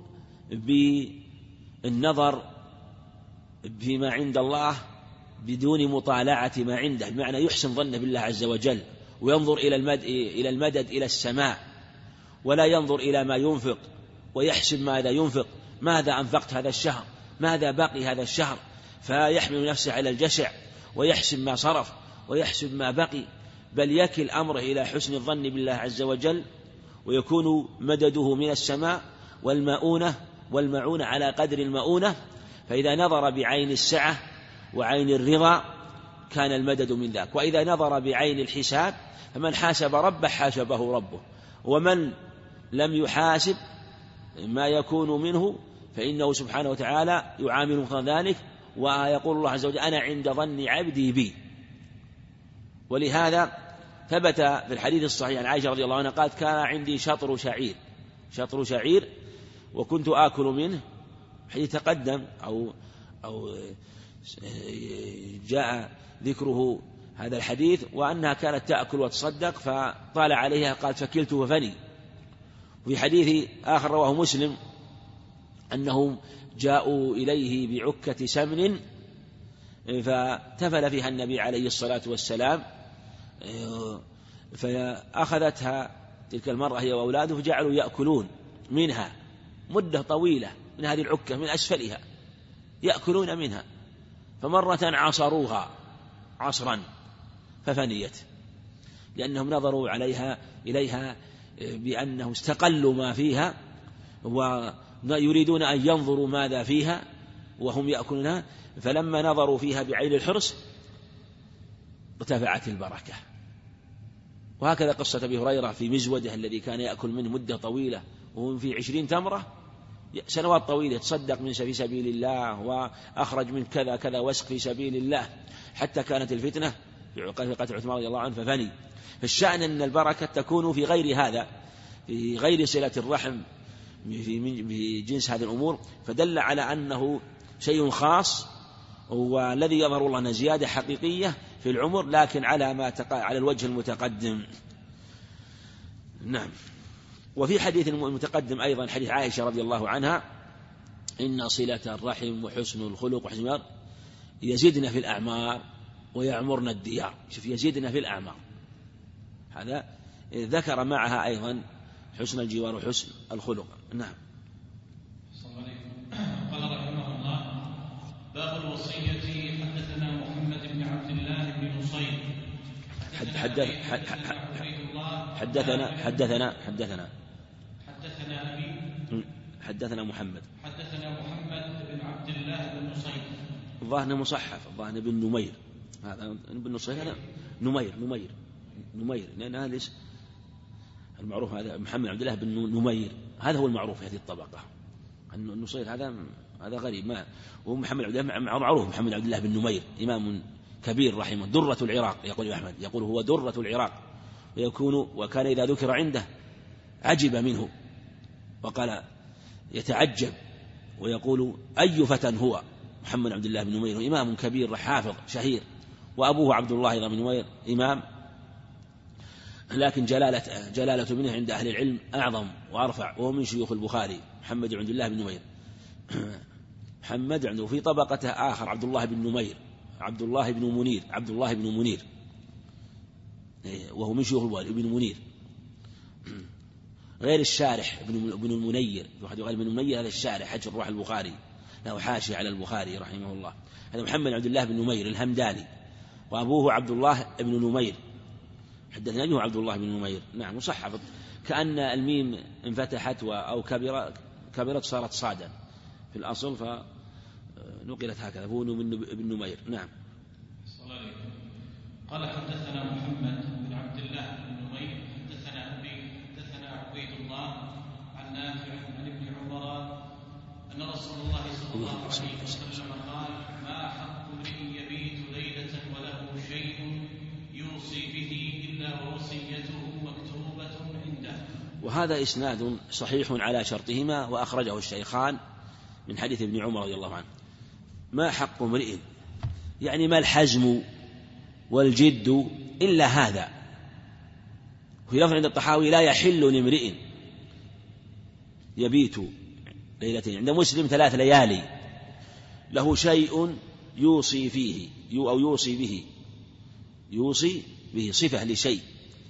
بالنظر فيما عند الله بدون مطالعة ما عنده، بمعنى يحسن ظنه بالله عز وجل وينظر إلى المدد إلى السماء، ولا ينظر إلى ما ينفق ويحسب ماذا ينفق، ماذا أنفقت هذا الشهر، ماذا باقي هذا الشهر، فيحمل نفسه على الجشع ويحسب ما صرف ويحسب ما بقي، بل يكل أمره إلى حسن الظن بالله عز وجل، ويكون مدده من السماء والمعونة على قدر المؤونة. فإذا نظر بعين السعة وعين الرضا كان المدد من ذاك، وإذا نظر بعين الحساب فمن حاسب ربه حاسبه ربه، ومن لم يحاسب ما يكون منه فإنه سبحانه وتعالى يعامل ذلك. ويقول الله عز وجل أنا عند ظن عبدي بي. ولهذا ثبت في الحديث الصحيح عن عائشة رضي الله عنها قالت كان عندي شطر شعير وكنت آكل منه. حيث تقدم أو جاء ذكره هذا الحديث وأنها كانت تأكل وتصدق فطال عليها قالت فكلت وفني. وفي حديث آخر رواه مسلم أنهم جاءوا إليه بعكة سمن فتفل فيها النبي عليه الصلاة والسلام، فأخذتها تلك المرأة هي وأولاده فجعلوا يأكلون منها مدة طويلة من هذه العكة من أسفلها يأكلون منها، فمرة عصروها عصرا ففنيت، لأنهم نظروا إليها بأنهم استقلوا ما فيها ويريدون أن ينظروا ماذا فيها وهم يأكلونها، فلما نظروا فيها بعين الحرص ارتفعت البركة. وهكذا قصة أبي هريرة في مزوده الذي كان يأكل منه مدة طويلة وهم في 20 تمرة سنوات طويلة، يتصدق من في سبيل الله وأخرج من كذا كذا وسق في سبيل الله، حتى كانت الفتنة في قتل عثمان رضي الله عنه ففني. فالشأن أن البركة تكون في غير هذا، في غير صلة الرحم في جنس هذه الأمور، فدل على أنه شيء خاص، والذي يظهر الله أنه زيادة حقيقية في العمر لكن على الوجه المتقدم. نعم. وفي حديث المتقدم أيضا حديث عائشة رضي الله عنها إن صلة الرحم وحسن الخلق وحسن الجوار يزيدنا في الأعمار ويعمرن الديار. شوف يزيدنا في الأعمار، هذا ذكر معها أيضا حسن الجوار وحسن الخلق. نعم. قال رحمه الله باب الوصية. حدثنا محمد بن عبد الله بن نصير حدثنا محمد بن عبد الله بن نصير، الظاهر مصحف، الظاهر بن نمير، هذا بن نصير هذا نمير لأن هذا المعروف، هذا محمد عبد الله بن نمير هذا هو المعروف في هذه الطبقة. النصير هذا غريب، ما ومحمد عبد الله معروف محمد عبد الله بن نمير إمام كبير رحمه، درة العراق يقول أحمد، يقول هو درة العراق، وكان إذا ذكر عنده عجب منه وقال يتعجب ويقول أي فتى هو محمد عبد الله بن نمير، إمام كبير حافظ شهير، وأبوه عبد الله بن نمير إمام، لكن جلالة ابنه عند أهل العلم أعظم وأرفع، وهو من شيوخ البخاري محمد عبد الله بن نمير. محمد عنده في طبقته آخر عبد الله بن نمير، عبد الله بن منير وهو من شيوخ البخاري ابن منير، غير الشارح ابن المنير، واحد يقال ابن المنير هذا الشارح حج الروح البخاري، له حاشية على البخاري رحمه الله. هذا محمد عبد الله بن نمير الهمداني، وأبوه عبد الله بن نمير، حدثنا أنه عبد الله بن نمير. نعم مصحف، كأن الميم انفتحت أو كبرت صارت صادا في الأصل، فنقلت هكذا، هو بن نمير. نعم. قال حدثنا محمد بن عبد الله بن نمير حدثنا أبي حدثنا عبيد الله عن نافع عن ابن عمر أن رسول الله صلى الله عليه وسلم قال: ما حق امرئ يبيت ليلة وله شيء يوصي به إلا ووصيته مكتوبة عنده. وهذا إسناد صحيح على شرطهما، وأخرجه الشيخان من حديث ابن عمر رضي الله عنه. ما حق امرئ يعني ما الحزم والجد إلا هذا. في لفظ عند الطحاوي: لا يحل لامرئ يبيت ليلتين. عند مسلم: 3 ليالي له شيء يوصي فيه أو يوصي به صفة لشيء،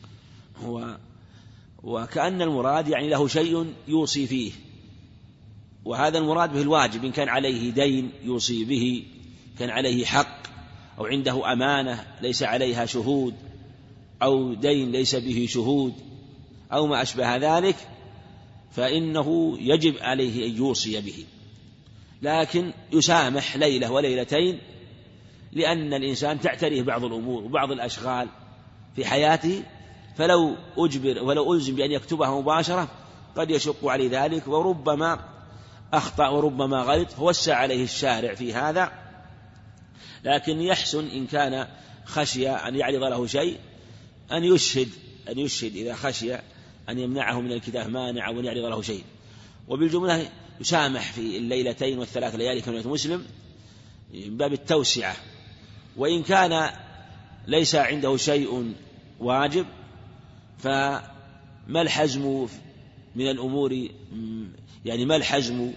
وكأن المراد يعني له شيء يوصي فيه، وهذا المراد به الواجب، إن كان عليه دين يوصي به، كان عليه حق، أو عنده أمانة ليس عليها شهود، أو دين ليس به شهود، أو ما أشبه ذلك، فإنه يجب عليه أن يوصي به. لكن يسامح ليلة وليلتين، لأن الإنسان تعتريه بعض الأمور وبعض الأشغال في حياته، فلو ألزم بأن يكتبها مباشرة قد يشق عليه ذلك، وربما أخطأ وربما غلط، فوسع عليه الشارع في هذا. لكن يحسن إن كان خشي أن يعرض له شيء أن يشهد إذا خشي أن يمنعه من الكتاب مانع أو أن يعرض له شيء. وبالجملة يسامح في الليلتين وال3 ليالي كما مسلم من باب التوسعة. وإن كان ليس عنده شيء واجب، فما الحزم من الأمور، يعني ما الحزم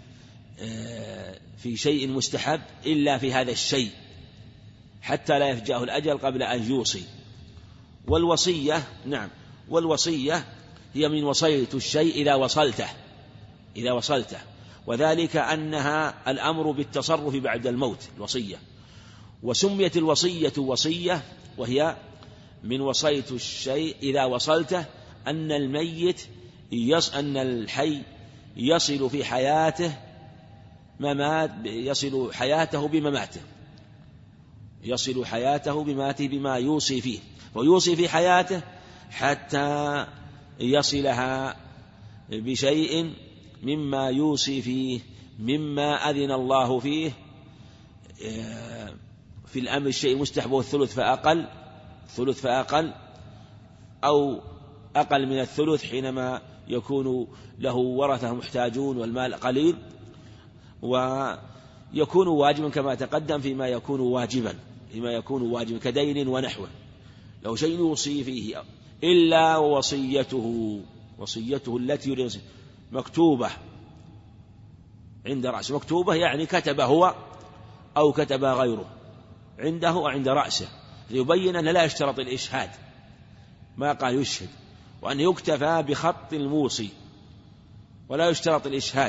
في شيء مستحب إلا في هذا الشيء، حتى لا يفجأه الأجل قبل أن يوصي. والوصية والوصية هي من وصية الشيء إذا وصلته، وذلك أنها الأمر بالتصرف بعد الموت الوصية. وسميت الوصية وصية وهي من وصية الشيء إذا وصلته، أن الميت أن الحي يصل في حياته يصل حياته بمماته بما يوصي فيه، ويوصي في حياته حتى يصلها بشيء مما يوصي فيه، مما أذن الله فيه في الأمر الشيء المستحب والثلث فأقل أو أقل من الثلث حينما يكون له ورثة محتاجون والمال قليل، ويكون واجبا كما تقدم فيما يكون واجبا كدين ونحوه، لو شيء يوصي فيه إلا وصيته التي يريد مكتوبة عند رأسه. مكتوبة يعني كتب هو أو كتب غيره عنده أو عند رأسه، ليبين أن لا يشترط الإشهاد، ما قال يشهد، وأن يكتفى بخط الموصي ولا يشترط الإشهاد،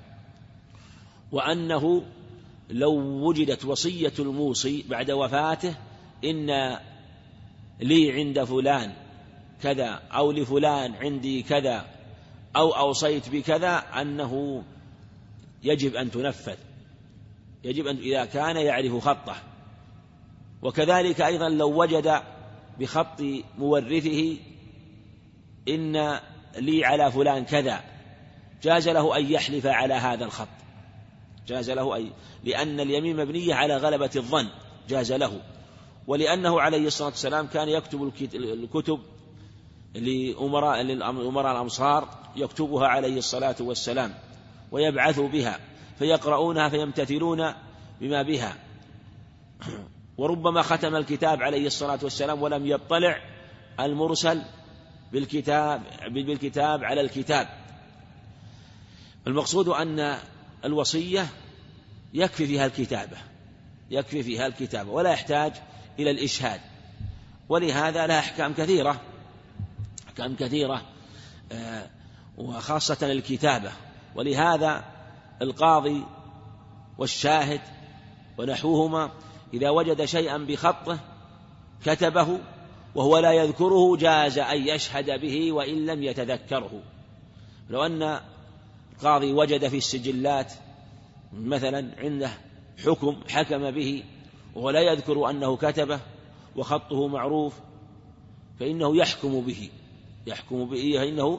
وأنه لو وجدت وصية الموصي بعد وفاته إن لي عند فلان كذا أو لفلان عندي كذا أو أوصيت بكذا، أنه يجب أن تنفذ، إذا كان يعرف خطه. وكذلك أيضا لو وجد بخط مورثه إن لي على فلان كذا، جاز له أن يحلف على هذا الخط، لأن اليمين مبنية على غلبة الظن، جاز له. ولأنه عليه الصلاة والسلام كان يكتب الكتب لأمراء الأمصار، يكتبها عليه الصلاة والسلام ويبعث بها، فيقرؤونها فيمتثلون بما بها. وربما ختم الكتاب عليه الصلاة والسلام ولم يطلع المرسل بالكتاب على الكتاب. المقصود أن الوصية يكفي فيها الكتابة ولا يحتاج إلى الإشهاد، ولهذا لها أحكام كثيرة وخاصة الكتابة. ولهذا القاضي والشاهد ونحوهما إذا وجد شيئا بخطه كتبه وهو لا يذكره جاز أن يشهد به وإن لم يتذكره. لو أن القاضي وجد في السجلات مثلا عنده حكم به وهو لا يذكر أنه كتبه وخطه معروف فإنه يحكم به فإنه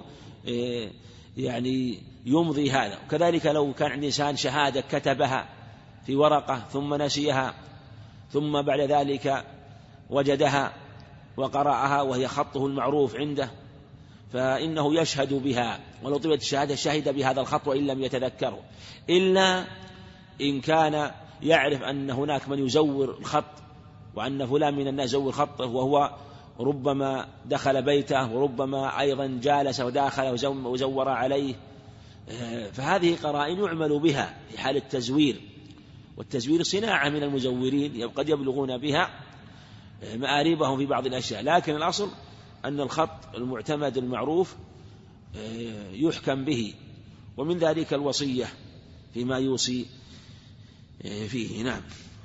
يعني يمضي هذا. وكذلك لو كان عند إنسان شهادة كتبها في ورقة ثم نسيها ثم بعد ذلك وجدها وقرأها وهي خطه المعروف عنده فإنه يشهد بها، ولو طلبت الشهادة شهد بهذا الخط وإن لم يتذكره، إلا إن كان يعرف أن هناك من يزور الخط وأن فلان من الناس يزور خطه وهو ربما دخل بيته وربما أيضا جالس وداخل وزور عليه، فهذه قرائن يعمل بها في حال التزوير. والتزوير صناعة من المزورين قد يبلغون بها مآربهم في بعض الأشياء، لكن الأصل أن الخط المعتمد المعروف يحكم به. ومن ذلك الوصية فيما يوصي فيه. نعم.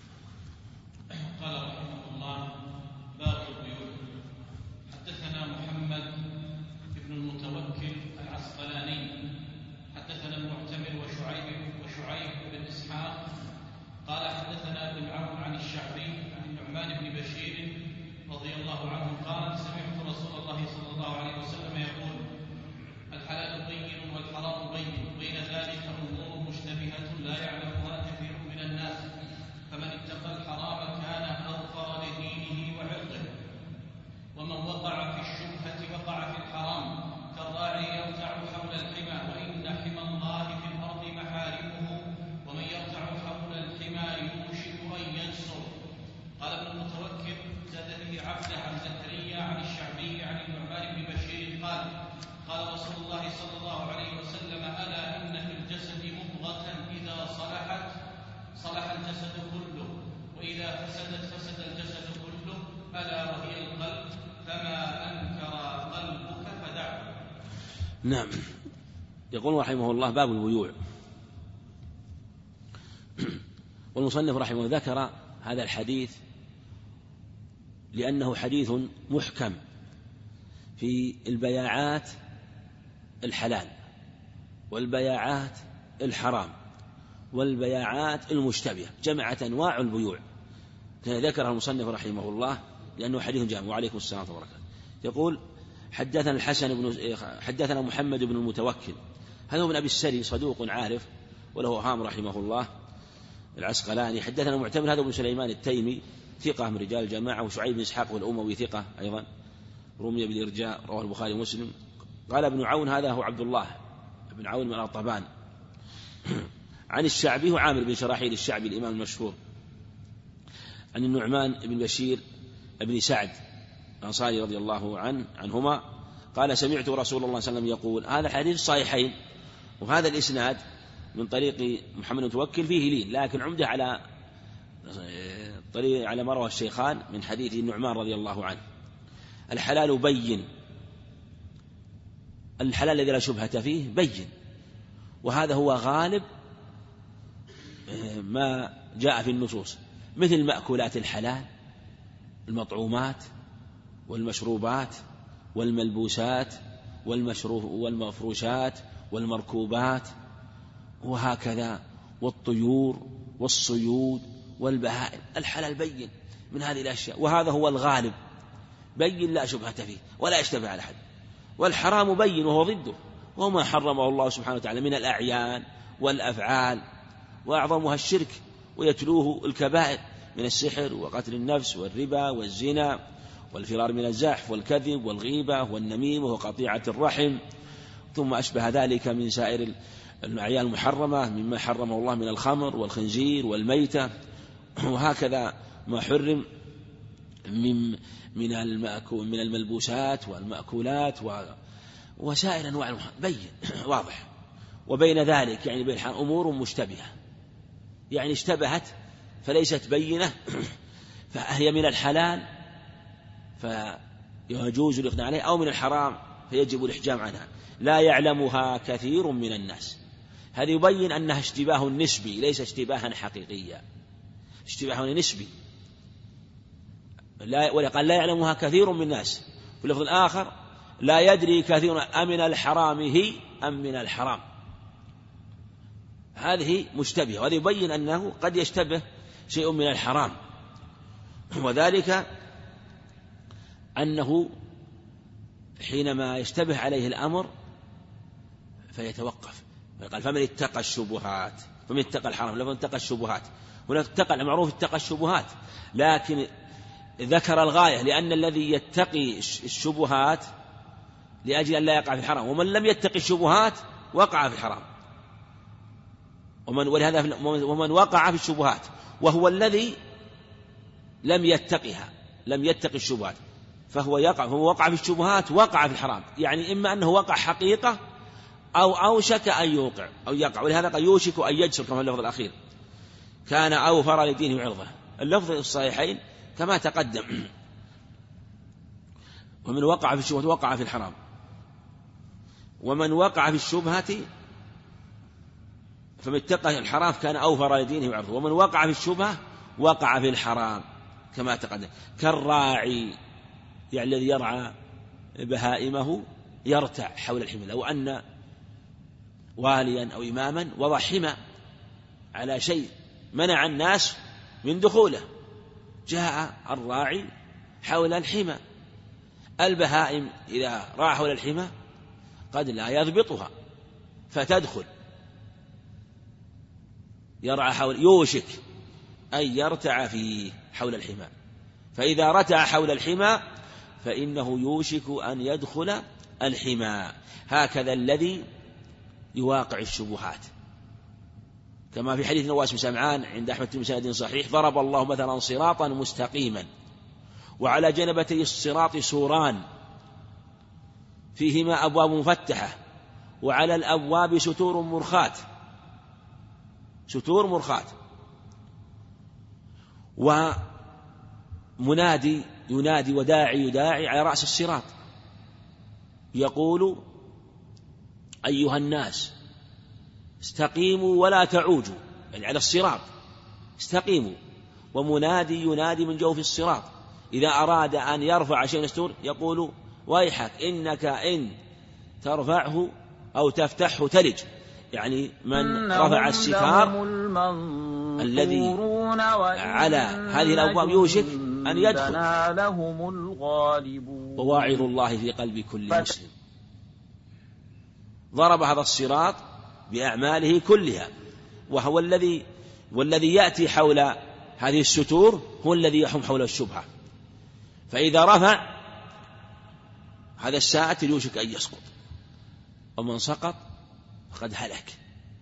قال رحمه الله: باب البيوع. حدثنا محمد بن المتوكل العسقلاني حدثنا المعتمر وشعيب بن إسحاق قال حدثنا ابن عون عن الشعبي عن النعمان بن بشير رضي الله عنه قال: سمعت رسول الله صلى الله عليه وسلم يقول: الحلال بين والحرام بين ذلك أمور مشتبهة لا يعلمها كثير من الناس، فمن اتقى الحرام كان أظفر لدينه وعرضه، ومن وقع في الشبهة وقع في الحرام، كالراعي يرتع حول الحمى، وإن حمى الله في الأرض محارمه، ومن يرتع حول الحمى يوشك أن يجسر. قال ابن المتوكل: زاد به عبده عن زكريا عن الشعبي عن النعمان بن بشير قال: قال رسول الله صلى الله عليه وسلم: ألا إن في الجسد مضغة إذا صلحت صلح الجسد كله، وإذا فسدت فسد الجسد كله، ألا وهي القلب، فما أنكر قلبك فدعه. نعم. يقول رحمه الله: باب البيوع. والمصنف رحمه ذكر هذا الحديث لأنه حديث محكم في البياعات الحلال والبياعات الحرام والبياعات المشتبهة، جمعت أنواع البيوع ذكرها المصنف رحمه الله لأنه حديث جامع. وعليكم السلام ورحمة الله. يقول: حدثنا محمد بن المتوكل، هذا هو من أبي السري، صدوق عارف وله هام رحمه الله العسقلاني. حدثنا معتمر، هذا بن سليمان التيمي ثقة من رجال الجماعة، وشعيب بن إسحاق والأموي ثقة أيضا رمي بالإرجاء، رواه البخاري ومسلم. قال ابن عون: هذا هو عبد الله بن عون من الطبان. عن الشعبي وعامر بن شراحيل الشعبي الإمام المشهور، عن النعمان بن بشير بن سعد الأنصاري رضي الله عنهما قال: سمعت رسول الله صلى الله عليه وسلم يقول. هذا حديث صحيحين، وهذا الإسناد من طريق محمد المتوكل فيه لين، لكن عمده على طريق على ما رواه الشيخان من حديث النعمان رضي الله عنه. الحلال بين، الحلال الذي لا شبهة فيه بين، وهذا هو غالب ما جاء في النصوص، مثل مأكولات الحلال، المطعومات والمشروبات والملبوسات والمفروشات والمركوبات وهكذا، والطيور والصيود والبهائم. الحلال بين من هذه الأشياء، وهذا هو الغالب، بين لا شبهة فيه ولا يشتبه على أحد. والحرام بين وهو ضده، وهو ما حرمه الله سبحانه وتعالى من الأعيان والأفعال، وأعظمها الشرك ويتلوه الكبائر من السحر وقتل النفس والربا والزنا والفرار من الزحف والكذب والغيبة والنميمة وقطيعة الرحم، ثم أشبه ذلك من سائر الأعيان المحرمة مما حرمه الله من الخمر والخنزير والميتة، وهكذا ما حرم من الملبوسات والمأكولات وسائر أنواع بين واضح. وبين ذلك يعني بين أمور مشتبهة، يعني اشتبهت فليست بينة فهي من الحلال فيجوز الإقناع عليها، أو من الحرام فيجب الإحجام عنها، لا يعلمها كثير من الناس. هذا يبين أنها اشتباه نسبي ليس اشتباها حقيقيا، اشتباه نسبي. ولقال لا يعلمها كثير من الناس. في اللفظ الآخر لا يدري كثير أمن الحرام هي أم من الحرام. هذه مشتبهة، وهذا يبين أنه قد يشتبه شيء من الحرام، وذلك أنه حينما يشتبه عليه الأمر فيتوقف. قال فمن اتقى الشبهات، فمن اتقى الحرام، لمن اتقى الشبهات. هنا اتقى المعروف اتقى الشبهات، لكن ذكر الغاية لأن الذي يتقي الشبهات لأجل أن لا يقع في الحرام، ومن لم يتقي الشبهات وقع في الحرام. ومن وقع في الشبهات وهو الذي لم يتقها، لم يتقي الشبهات، فهو وقع في الشبهات وقع في الحرام. يعني إما أنه وقع حقيقة أو أوشك أن يقع. ولهذا قد يوشك أن يجسر كما اللفظ الأخير كان أوفر لدينه وعرضه. اللفظ الصحيحين كما تقدم. ومن وقع في الشبهة وقع في الحرام، ومن وقع في الشبهة فمن اتقى الحرام كان أوفر لدينه وعرضه، ومن وقع في الشبهة وقع في الحرام كما تقدم. كالراعي يعني الذي يرعى بهائمه يرتع حول الحمى. لو أن واليا أو إماما وضع حمى على شيء منع الناس من دخوله، جاء الراعي حول الحمى. البهائم إذا راى حول الحمى قد لا يضبطها فتدخل، يرعى حول، يوشك أن يرتع فيه حول الحمى. فإذا رتع حول الحمى فإنه يوشك أن يدخل الحمى. هكذا الذي يواقع الشبهات، كما في حديث نواس بن سمعان عند أحمد بسند صحيح: ضرب الله مثلا صراطا مستقيما وعلى جنبتي الصراط سوران فيهما أبواب مفتحة وعلى الأبواب ستور مرخاة، ومنادي ينادي وداعي يداعي على رأس الصراط يقول: أيها الناس استقيموا ولا تعوجوا، يعني على الصراط استقيموا. ومنادي ينادي من جوف الصراط إذا أراد أن يرفع شيء يستور يقول: ويحك إنك إن ترفعه أو تفتحه تلج. يعني من رفع الستار الذي على هذه الأبواب يوشك أن يدخل. وواعظ الله في قلب كل مسلم. ضرب هذا الصراط بأعماله كلها، وهو والذي يأتي حول هذه الستور هو الذي يحوم حول الشبهة. فإذا رفع هذا الساتر يوشك أن يسقط، ومن سقط فقد هلك.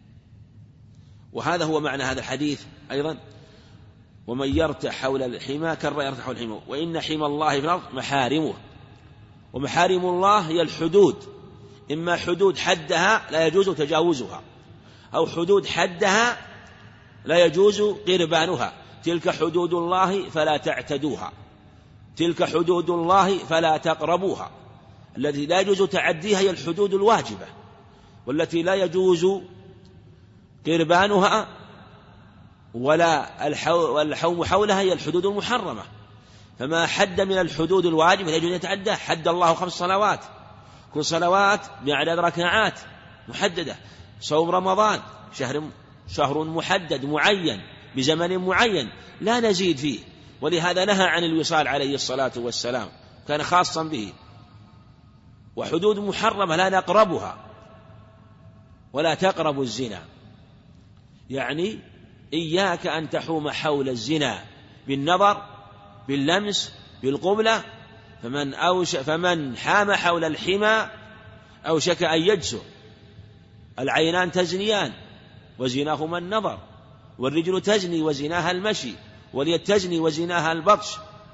وهذا هو معنى هذا الحديث أيضا: ومن يرتع حول الحمى كالراعي يرتع حول الحمى. وإن حمى الله في الأرض محارمه. ومحارم الله هي الحدود، إما حدود حدها لا يجوز تجاوزها، أو حدود حدها لا يجوز قربانها. تلك حدود الله فلا تعتدوها، تلك حدود الله فلا تقربوها. التي لا يجوز تعديها هي الحدود الواجبة، والتي لا يجوز قربانها ولا الحوم حولها هي الحدود المحرمة. فما حد من الحدود الواجبة لا يجوز يتعدى. حد الله 5 صلوات، كل صلوات بعدد ركعات محددة. صوم رمضان شهر محدد معين بزمن معين لا نزيد فيه، ولهذا نهى عن الوصال عليه الصلاة والسلام، كان خاصا به. وحدود محرمة لا نقربها، ولا تقربوا الزنا، يعني إياك أن تحوم حول الزنا بالنظر باللمس بالقبلة. فمن حام حول الحمى أوشك أن يجسر العينان تزنيان وزناهما النظر، والرجل تزني وزناها المشي، واليد تزني وزناها البطش،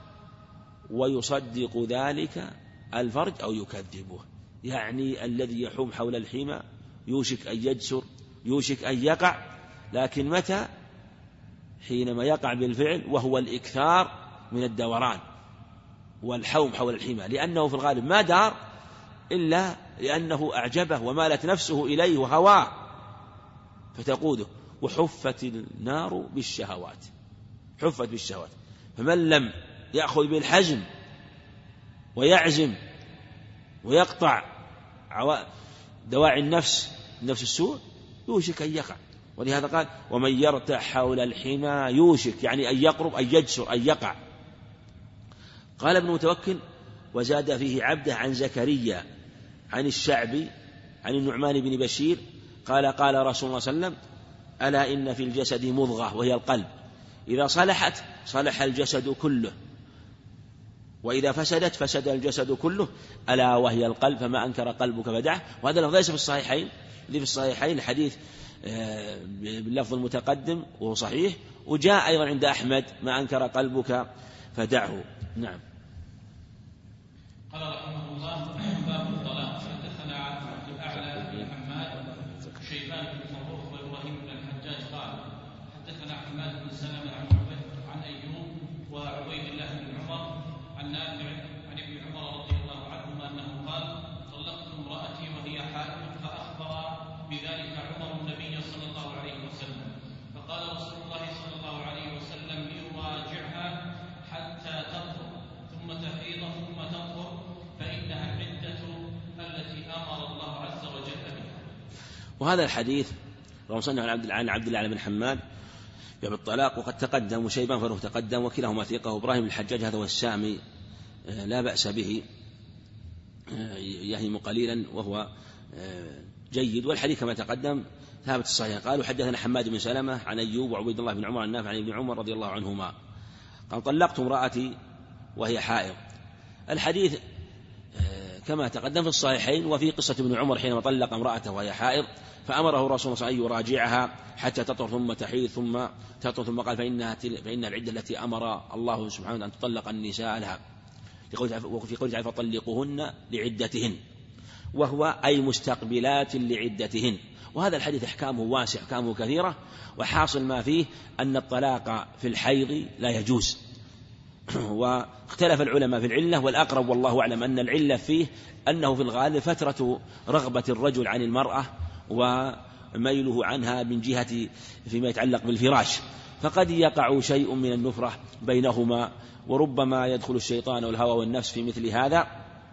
ويصدق ذلك الفرج أو يكذبه. يعني الذي يحوم حول الحمى يوشك أن يجسر، يوشك أن يقع، لكن متى؟ حينما يقع بالفعل، وهو الإكثار من الدوران والحوم حول الحمى، لأنه في الغالب ما دار إلا لأنه أعجبه ومالت نفسه إليه وهواه فتقوده. وحفت النار بالشهوات، حفت بالشهوات. فمن لم يأخذ بالحزم ويعزم ويقطع دواعي النفس السوء يوشك أن يقع. ولهذا قال ومن يرتع حول الحمى يوشك، يعني أن يقرب، أن يجسر، أن يقع. قال ابن متوكل وزاد فيه عبده عن زكريا عن الشعبي عن النعمان بن بشير قال قال رسول الله صلى الله عليه وسلم ألا إن في الجسد مضغة وهي القلب إذا صلحت صلح الجسد كله وإذا فسدت فسد الجسد كله ألا وهي القلب فما أنكر قلبك فدعه. وهذا اللفظ ليس في الصحيحين، اللي في الصحيحين الحديث باللفظ المتقدم وهو صحيح، وجاء أيضا عند أحمد ما أنكر قلبك فدعه. نعم. قال رحمه الله باب الطلاق. حدثنا عبد الأعلى بن حماد شيبان بن فروخ وإبراهيم بن الحجاج قال حدثنا حماد بن سلمة عن أيوب وعبيد الله بن عمر عن نافع عن ابن عمر رضي الله عنهما أنه قال طلقت امرأتي وهي حائض فأخبر بذلك عمر النبي صلى الله عليه وسلم فقال رسول الله صلى الله عليه وسلم ليراجعها حتى تطهر ثم تحيض ثم تطهر فإنها العدة التي أمر الله عز وجل بها. وهذا الحديث رواه مسلم عن عبد الله بن حماد بالطلاق وقد تقدم، وشيبان فروخ تقدم وكلاهما ثقة، وإبراهيم الحجاج هذا هو السامي لا بأس به يهم قليلا وهو جيد، والحديث كما تقدم ثابت الصحيح. قالوا حدثنا حماد بن سلمة عن أيوب وعبيد الله بن عمر عن نافع عن ابن عمر رضي الله عنهما قال طلقت امرأتي وهي حائض. الحديث كما تقدم في الصحيحين، وفي قصة ابن عمر حينما طلق امرأته وهي حائض فأمره رسول الله أن يراجعها حتى تطهر ثم تحيض ثم تطهر ثم قال فإن العدة التي أمر الله سبحانه أن تطلق النساء لها، وفي قوله تعالى فطلقوهن لعدتهن، وهو أي مستقبلات لعدتهن. وهذا الحديث أحكامه واسع، أحكامه كثيرة، وحاصل ما فيه أن الطلاق في الحيض لا يجوز. واختلف العلماء في العلة، والأقرب والله أعلم أن العلة فيه أنه في الغالب فترة رغبة الرجل عن المرأة وميله عنها من جهة فيما يتعلق بالفراش، فقد يقع شيء من النفرة بينهما، وربما يدخل الشيطان والهوى والنفس في مثل هذا،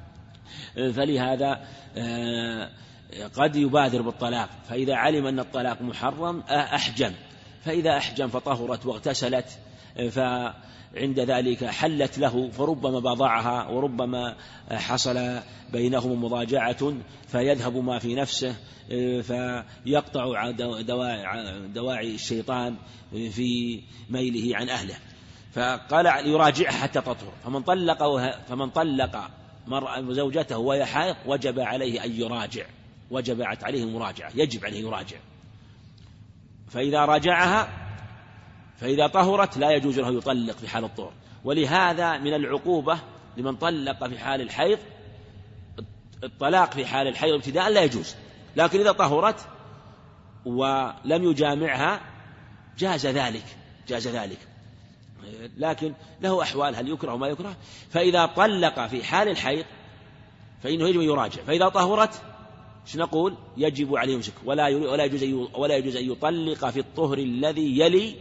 فلهذا قد يبادر بالطلاق. فإذا علم أن الطلاق محرم أحجم، فإذا أحجم فطهرت واغتسلت فعند ذلك حلت له، فربما باضعها وربما حصل بينهم مضاجعة فيذهب ما في نفسه فيقطع دواعي الشيطان في ميله عن أهله. فقال يراجعها حتى تطهر. فمن طلق زوجته وهي حائض وجب عليه أن يراجع، وجبت عليه المراجعة، يجب عليه يراجع. فإذا راجعها فإذا طهرت لا يجوز له يطلق في حال الطهر. ولهذا من العقوبة لمن طلق في حال الحيض الطلاق في حال الحيض ابتداء لا يجوز، لكن إذا طهرت ولم يجامعها جاز ذلك، لكن له أحوال هل يكره وما يكره. فإذا طلق في حال الحيض فإنه يجب يراجع، فإذا طهرت نقول يجب عليه يمسك، ولا يجوز أن يطلق في الطهر الذي يلي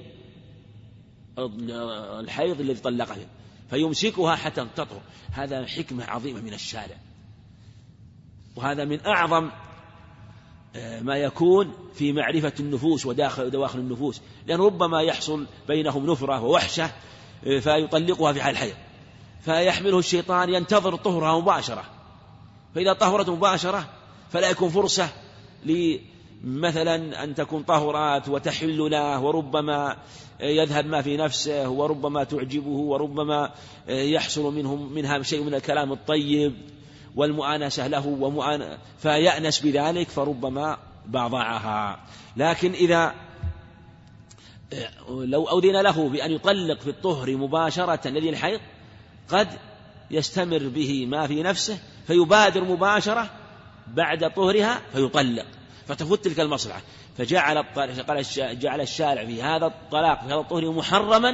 الحيض الذي طلق فيه، فيمسكها حتى تطهر. هذا حكمة عظيمة من الشارع، وهذا من أعظم ما يكون في معرفة النفوس ودواخل النفوس، لأن ربما يحصل بينهم نفرة ووحشة فيطلقها في حال الحيض، فيحمله الشيطان ينتظر طهرها مباشرة، فإذا طهرت مباشرة فلا يكون فرصة مثلا أن تكون طهرات وتحل له، وربما يذهب ما في نفسه، وربما تعجبه، وربما يحصل منها شيء من الكلام الطيب والمؤانسة له فيأنس بذلك، فربما باضعها. لكن إذا لو أذن له بأن يطلق في الطهر مباشرة الذي الحيض قد يستمر به ما في نفسه فيبادر مباشرة بعد طهرها فيطلق فتفوت تلك المصلحة. جعل الشارع في هذا الطلاق في هذا الطهر محرما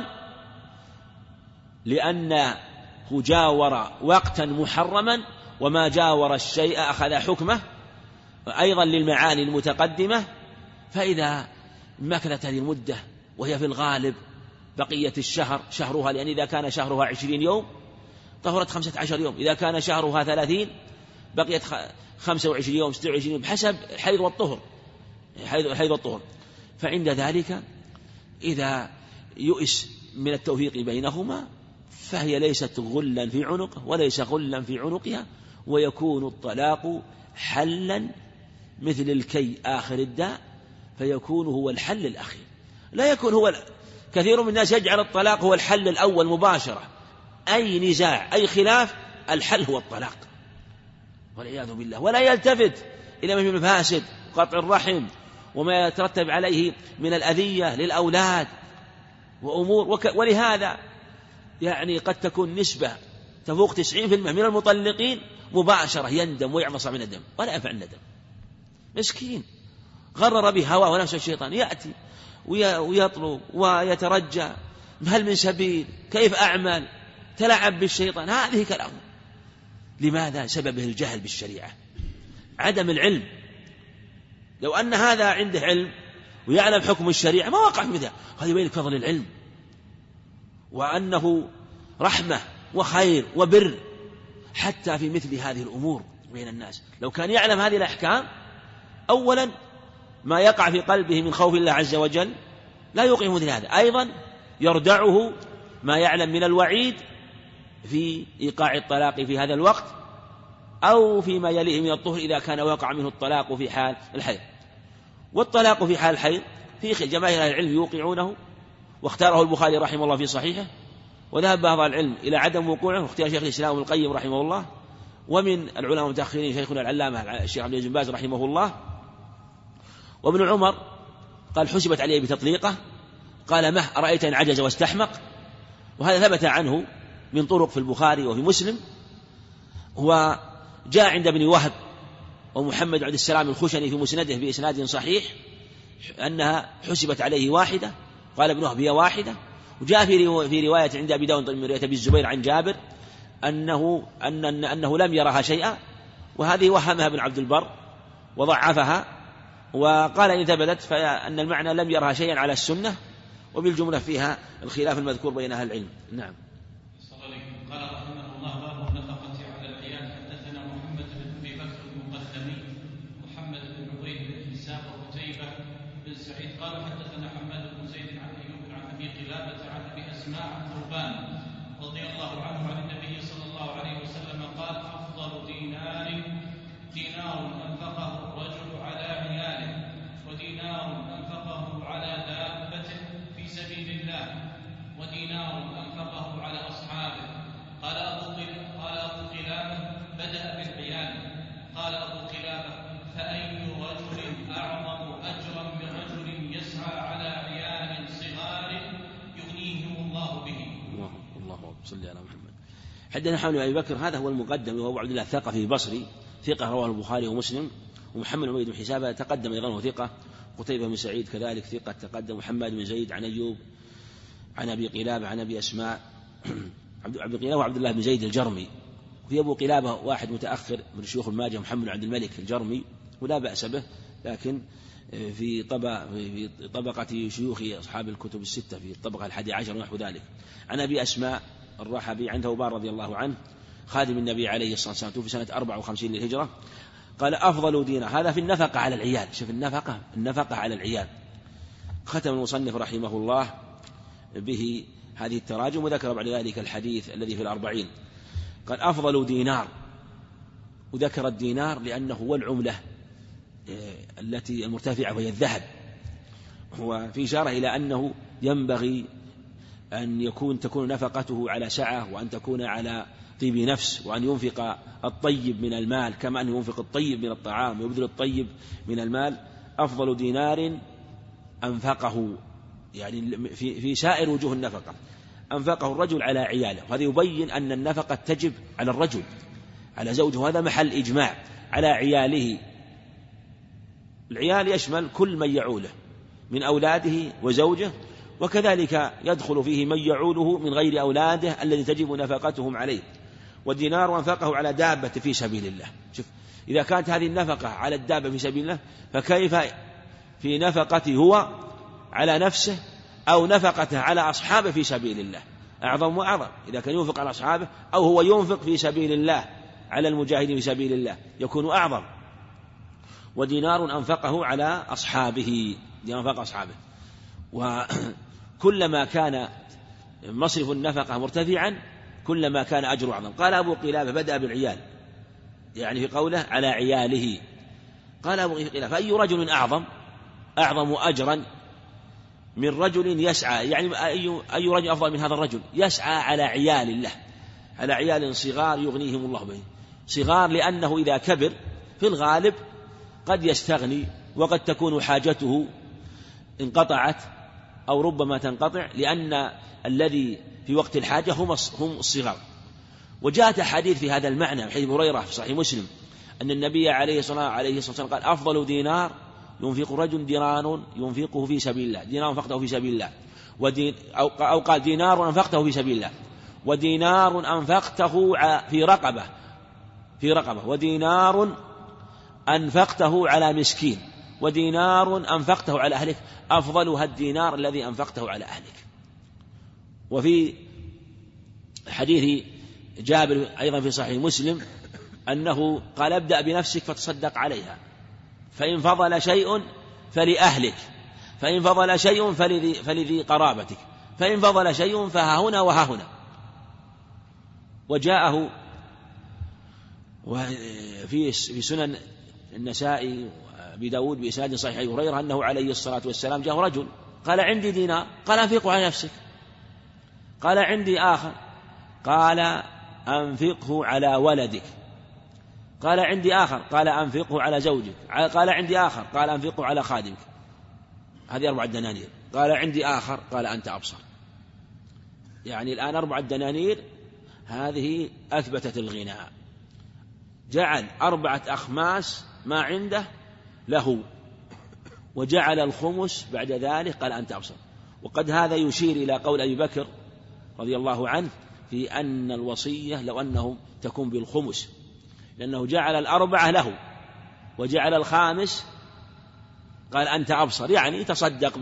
لأنه جاور وقتا محرما، وما جاور الشيء أخذ حكمه أيضا للمعاني المتقدمة. فإذا مكثت هذه المدة وهي في الغالب بقية الشهر شهرها، لأن إذا كان شهرها 20 يوم طهرت 15 يوم، إذا كان شهرها 30 بقيت 25 يوم 26 يوم بحسب الحيض والطهر. فعند ذلك إذا يؤس من التوفيق بينهما فهي ليست غلا في عنقه وليس غلا في عنقها، ويكون الطلاق حلا مثل الكي آخر الداء، فيكون هو الحل الأخير. لا يكون هو كثير من الناس يجعل الطلاق هو الحل الأول مباشرة، أي نزاع أي خلاف الحل هو الطلاق والعياذ بالله، ولا يلتفت إلى ما في المفاسد قطع الرحم وما يترتب عليه من الأذية للأولاد وأمور. ولهذا يعني قد تكون نسبة تفوق 90% من المطلقين مباشرة يندم ويعمص من الدم ولا ينفع الندم. مسكين غرر بهواه ونفسه الشيطان، يأتي ويطلب ويترجى هل من سبيل، كيف أعمل، تلعب بالشيطان. هذه كلامه. لماذا؟ سببه الجهل بالشريعة، عدم العلم. لو أن هذا عنده علم ويعلم حكم الشريعة ما وقع في مثله. هذا يبين فضل العلم وأنه رحمة وخير وبر حتى في مثل هذه الأمور بين الناس. لو كان يعلم هذه الأحكام أولا ما يقع في قلبه من خوف الله عز وجل لا يوقع مثل هذا، أيضا يردعه ما يعلم من الوعيد في إيقاع الطلاق في هذا الوقت أو فيما يليه من الطهر إذا كان وقع منه الطلاق في حال الحيض. والطلاق في حال الحيض في جماهير أهل العلم يوقعونه، واختاره البخاري رحمه الله في صحيحه، وذهب بعض العلم إلى عدم وقوعه، واختيار شيخ الإسلام ابن القيم رحمه الله، ومن العلماء المتأخرين شيخنا العلامة الشيخ عبد العزيز بن باز رحمه الله. وابن عمر قال حسبت عليه بتطليقه، قال مه أرأيت إن عجز واستحمق. وهذا ثبت عنه من طرق في البخاري وفي مسلم. وجاء عند ابن وهب ومحمد عبد السلام الخشني في مسنده بإسناد صحيح أنها حسبت عليه واحدة، قال ابن وهب هي واحدة. وجاء في رواية عند أبي داود من رواية أبي الزبير عن جابر أنه لم يرها شيئا، وهذه وهمها ابن عبد البر وضعفها، وقال إن ثبتت فأن المعنى لم يرها شيئا على السنة، وبالجملة فيها الخلاف المذكور بين أهل العلم. نعم. قال رحمه الله باب النفقة على العيال. حدثنا محمد بن أبي بكر المقدمي محمد بن عبيد بن حسام وقتيبة بن سعيد قال حدثنا حماد بن زيد عن أيوب عن أبي قلابة عن أبي أسماء عن ثوبان رضي الله عنه عن النبي صلى الله عليه وسلم قال أفضل دينار أنفقه الرجل على عياله، ودينار أنفقه على دابته في سبيل الله، ودينار أنفقه على أصحابه. قال أبو قلابة بدأ بالعيال. قال أبو قلابة فأي رجل أعظم أجرا من رجل يسعى على عيال صغار يغنيهم الله به. الله صل على محمد. حدثنا حمد بن أبي بكر هذا هو المقدم وهو عبد الله الثقفي البصري ثقة رواه البخاري ومسلم. ومحمد بن عبيد بن حسابة تقدم أيضا وهو ثقة. قتيبة بن سعيد كذلك ثقة تقدم. محمد بن زيد عن أيوب عن أبي قلابة عن أبي أسماء. عبد قلابة وعبد الله بن زيد الجرمي. وفي أبو قلابة واحد متأخر من شيوخ الماجه محمد بن عبد الملك الجرمي ولا بأس به، لكن في طبقة شيوخ أصحاب الكتب الستة في الطبقة 11 ونحو ذلك. عن أبي أسماء الرحبي عن ثوبان رضي الله عنه خادم النبي عليه الصلاة والسلام توفي سنة 54 للهجرة. قال أفضل دينار، هذا في النفقة على العيال. شوف النفقة على العيال. ختم المصنف رحمه الله به هذه التراجم، وذكر بعد ذلك الحديث الذي في 40. قال أفضل دينار، وذكر الدينار لأنه هو العملة التي المرتفعة وهي الذهب. وفي إشارة إلى أنه ينبغي أن تكون نفقته على سعة، وأن تكون على طيب نفس، وأن ينفق الطيب من المال كما أن ينفق الطيب من الطعام ويبذل الطيب من المال. أفضل دينار أنفقه، يعني في سائر وجوه النفقة، أنفقه الرجل على عياله. وهذا يبين أن النفقة تجب على الرجل على زوجه، وهذا محل إجماع على عياله. العيال يشمل كل من يعوله من أولاده وزوجه، وكذلك يدخل فيه من يعوله من غير أولاده الذي تجب نفقتهم عليه. والدينار أنفقه على دابة في سبيل الله. شوف، إذا كانت هذه النفقة على الدابة في سبيل الله، فكيف في نفقته هو على نفسه أو نفقته على أصحابه في سبيل الله؟ أعظم وأعظم. إذا كان ينفق على أصحابه أو هو ينفق في سبيل الله على المجاهدين في سبيل الله يكون أعظم. ودينار أنفقه على أصحابه، أنفق أصحابه. وكلما كان مصرف النفقة مرتفعا كلما كان أجر أعظم. قال أبو قلابة بدأ بالعيال، يعني في قوله على عياله. قال أبو قلابة فأي رجل أعظم أجرا من رجل يسعى، يعني أي رجل أفضل من هذا الرجل يسعى على عيال الله، على عيال صغار يغنيهم الله به. صغار لأنه إذا كبر في الغالب قد يستغني، وقد تكون حاجته انقطعت أو ربما تنقطع، لأن الذي في وقت الحاجة هم الصغار. وجاءت حديث في هذا المعنى حديث أبي هريرة في صحيح مسلم أن النبي عليه الصلاة والسلام قال أفضل دينار ينفق رجل دينار ينفقه في سبيل الله، دينار أنفقته في سبيل الله، أو قال دينار أنفقته في سبيل الله، ودينار أنفقته في رقبة، ودينار أنفقته على مسكين، ودينار أنفقته على أهلك، أفضلها الدينار الذي أنفقته على أهلك. وفي حديث جابر أيضا في صحيح مسلم أنه قال ابدأ بنفسك فتصدق عليها، فإن فضل شيء فلأهلك، فإن فضل شيء فلذي قرابتك، فإن فضل شيء فها هنا وها هنا. وجاءه في سنن النسائي وأبي داود بإسناد صحيح أبي هريرة أنه عليه الصلاة والسلام جاءه رجل قال عندي دينار، قال أنفقه على نفسك. قال عندي آخر، قال أنفقه على ولدك. قال عندي آخر، قال أنفقه على زوجك. قال عندي آخر، قال أنفقه على خادمك. هذه 4 دنانير. قال عندي آخر، قال أنت أبصر. يعني الآن 4 دنانير هذه أثبتت الغنى. جعل 4 أخماس ما عنده له، وجعل الخمس بعد ذلك قال أنت أبصر. وقد هذا يشير إلى قول أبي بكر رضي الله عنه في أن الوصية لو أنهم تكون بالخمس، لأنه جعل 4 له وجعل الخامس قال أنت أبصر، يعني تصدق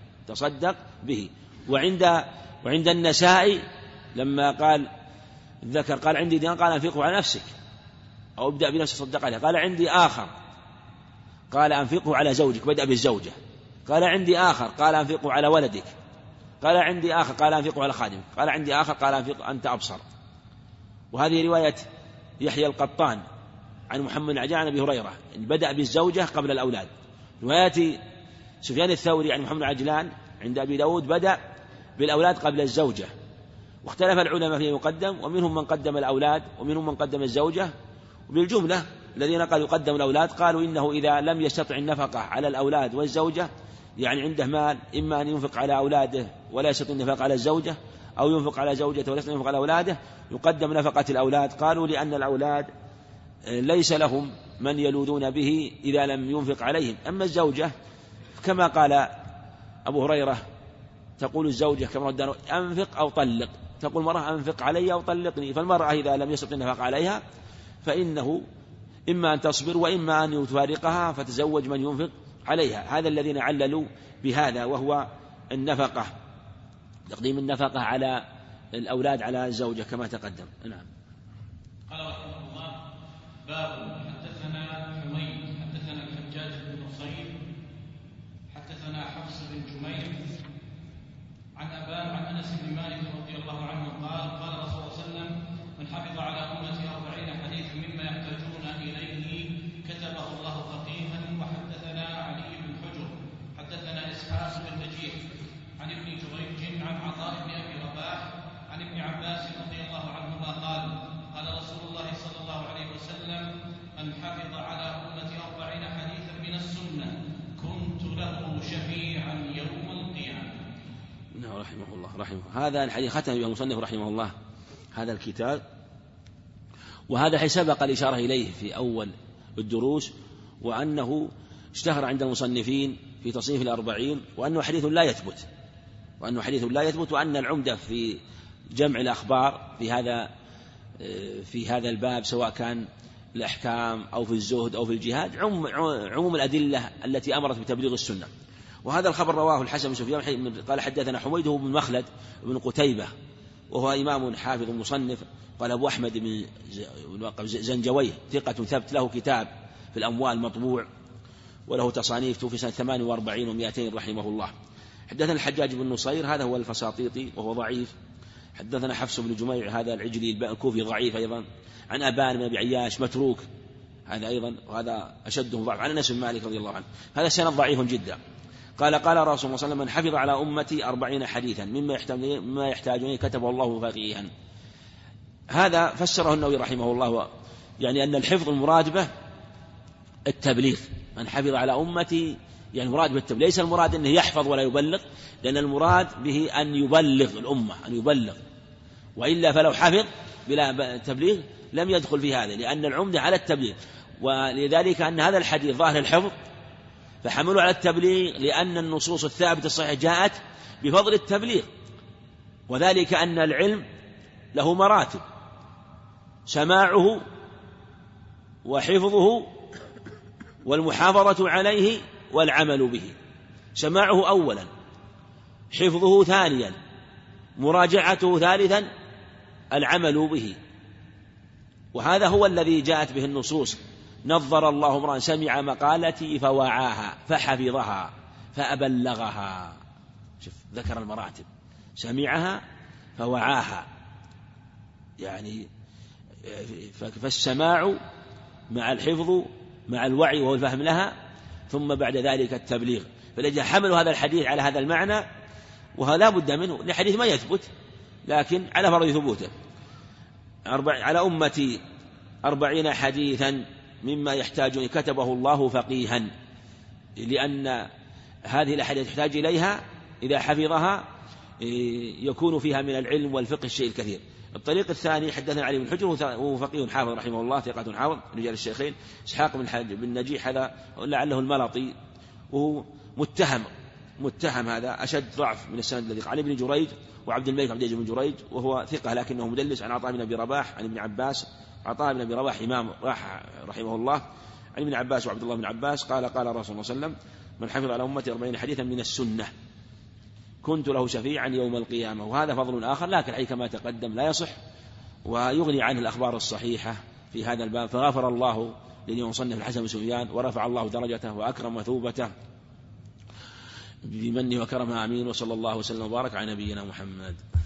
به. وعند النسائي لما قال الذكر قال عندي دينار، قال أنفقه على نفسك أو ابدأ بنفسك صدق عليه. قال عندي آخر، قال أنفقه على زوجك، بدأ بالزوجة. قال عندي آخر، قال أنفقه على ولدك. قال عندي آخر، قال أنفقه على خادمك. قال عندي آخر، قال أنفق أنت أبصر. وهذه رواية يحيى القطان عن محمد بن عجلان عن أبي هريرة بدأ بالزوجة قبل الأولاد. رواية سفيان الثوري عن محمد بن عجلان عند أبي داود بدأ بالأولاد قبل الزوجة. واختلف العلماء فيه يقدم، ومنهم من قدم الأولاد ومنهم من قدم الزوجة. وبالجملة الذين قالوا يقدم الأولاد قالوا إنه إذا لم يستطع النفقة على الأولاد والزوجة، يعني عنده مال إما أن ينفق على أولاده ولا يستطيع النفقة على الزوجة، أو ينفق على زوجته ولا يستطيع النفقة على أولاده، يقدم نفقة الأولاد. قالوا لأن الأولاد ليس لهم من يلوذون به إذا لم ينفق عليهم. أما الزوجة كما قال أبو هريرة تقول الزوجة كما رد أنفق أو طلق، تقول المرأة أنفق علي أو طلقني. فالمرأة إذا لم يستطع النفقة عليها فإنه إما أن تصبر وإما أن يفارقها فتزوج من ينفق عليها. هذا الذين عللوا بهذا، وهو النفقة، تقديم النفقة على الأولاد على الزوجة كما تقدم. نعم. قال رحمه الله: باب حدثنا حميد حدثنا الحجاج بن نصير حدثنا حفص بن جميل عن أبان عن أنس بن مالك رضي الله عنه قال: قال رسول الله صلى الله عليه وسلم: من حفظ على أمتي 40 حديثا مما يحتاجون إليه كتبه الله فقيها. وحدثنا علي بن حجر حدثنا إسحاق بن نجيح عن ابن جريج عن عطاء بن أبي رباح عن ابن عباس رضي الله عنهما قال: قال رسول الله صلى الله عليه وسلم: من حفظ على أمتي 40 حديثا من السنة رحمه الله. هذا الحديث ختم به المصنف رحمه الله هذا الكتاب، وهذا حيث سبق الإشارة إليه في أول الدروس، وأنه اشتهر عند المصنفين في تصنيف الأربعين، وأنه حديث لا يثبت، وأن العمدة في جمع الأخبار في هذا الباب سواء كان الأحكام أو في الزهد أو في الجهاد عموم الأدلة التي أمرت بتبليغ السنة. وهذا الخبر رواه الحسن بن سفيان قال حدثنا حميد بن مخلد بن قتيبة، وهو إمام حافظ مصنف. قال أبو أحمد بن زنجويه ثقة ثبت، له كتاب في الأموال مطبوع، وله تصانيف، توفي سنة 48 و200 رحمه الله. حدثنا الحجاج بن نصير، هذا هو الفساطيطي وهو ضعيف. حدثنا حفص بن جميع، هذا العجلي الكوفي ضعيف أيضا. عن أبان بن أبي عياش متروك، هذا أيضا، وهذا أشده ضعف. عن أنس بن مالك رضي الله عنه، هذا سند ضعيف جدا. قال قال رسول الله صلى الله عليه وسلم: من حفظ على أمتي 40 حديثا مما يحتاجون كتبه الله فقيها. هذا فسره النووي رحمه الله، يعني أن الحفظ المراد به التبليغ. من حفظ على أمتي يعني مراد بالتبليغ، ليس المراد أنه يحفظ ولا يبلغ، لأن المراد به أن يبلغ الأمة، أن يبلغ، وإلا فلو حفظ بلا تبليغ لم يدخل في هذا، لأن العمدة على التبليغ. ولذلك أن هذا الحديث ظاهر الحفظ فحملوا على التبليغ، لأن النصوص الثابتة الصحيحة جاءت بفضل التبليغ. وذلك أن العلم له مراتب: سماعه وحفظه والمحافظة عليه والعمل به. سماعه أولا، حفظه ثانيا، مراجعته ثالثا، العمل به. وهذا هو الذي جاءت به النصوص: نظر الله امرأ سمع مقالتي فوعاها فحفظها فأبلغها. شوف، ذكر المراتب: سمعها فوعاها، يعني فالسماع مع الحفظ مع الوعي وهو الفهم لها، ثم بعد ذلك التبليغ. فلذا حملوا هذا الحديث على هذا المعنى، وهذا لا بد منه، الحديث ما يثبت لكن على فرض ثبوته. على أمتي 40 حديثا مما يحتاج كتبه الله فقيها، لأن هذه الأحاديث تحتاج إليها، إذا حفظها يكون فيها من العلم والفقه الشيء الكثير. الطريق الثاني: حدثنا علي بن حجر وهو فقيه حافظ رحمه الله، ثقة حافظ رجال الشيخين. إسحاق بن نجيح، هذا لعله الملطي، وهو متهم، هذا أشد ضعف من السند الذي عن ابن جريج وعبد الملك عبد العزيز بن جريج، وهو ثقة لكنه مدلس. عن عطاء بن أبي رباح عن ابن عباس، عطاء بن أبي رباح إمام رحمه الله، عن ابن عباس وعبد الله بن عباس قال قال رسول الله صلى الله عليه وسلم: من حفظ على أمتي 40 حديثا من السنة كنت له شفيعا يوم القيامة. وهذا فضل آخر، لكن الحديث كما تقدم لا يصح، ويغني عنه الأخبار الصحيحة في هذا الباب. فغفر الله للمصنف الحسن بن سفيان، ورفع الله درجته وأكرم مثوبته بمنه وكرمه، آمين. وصلى الله وسلم وبارك على نبينا محمد.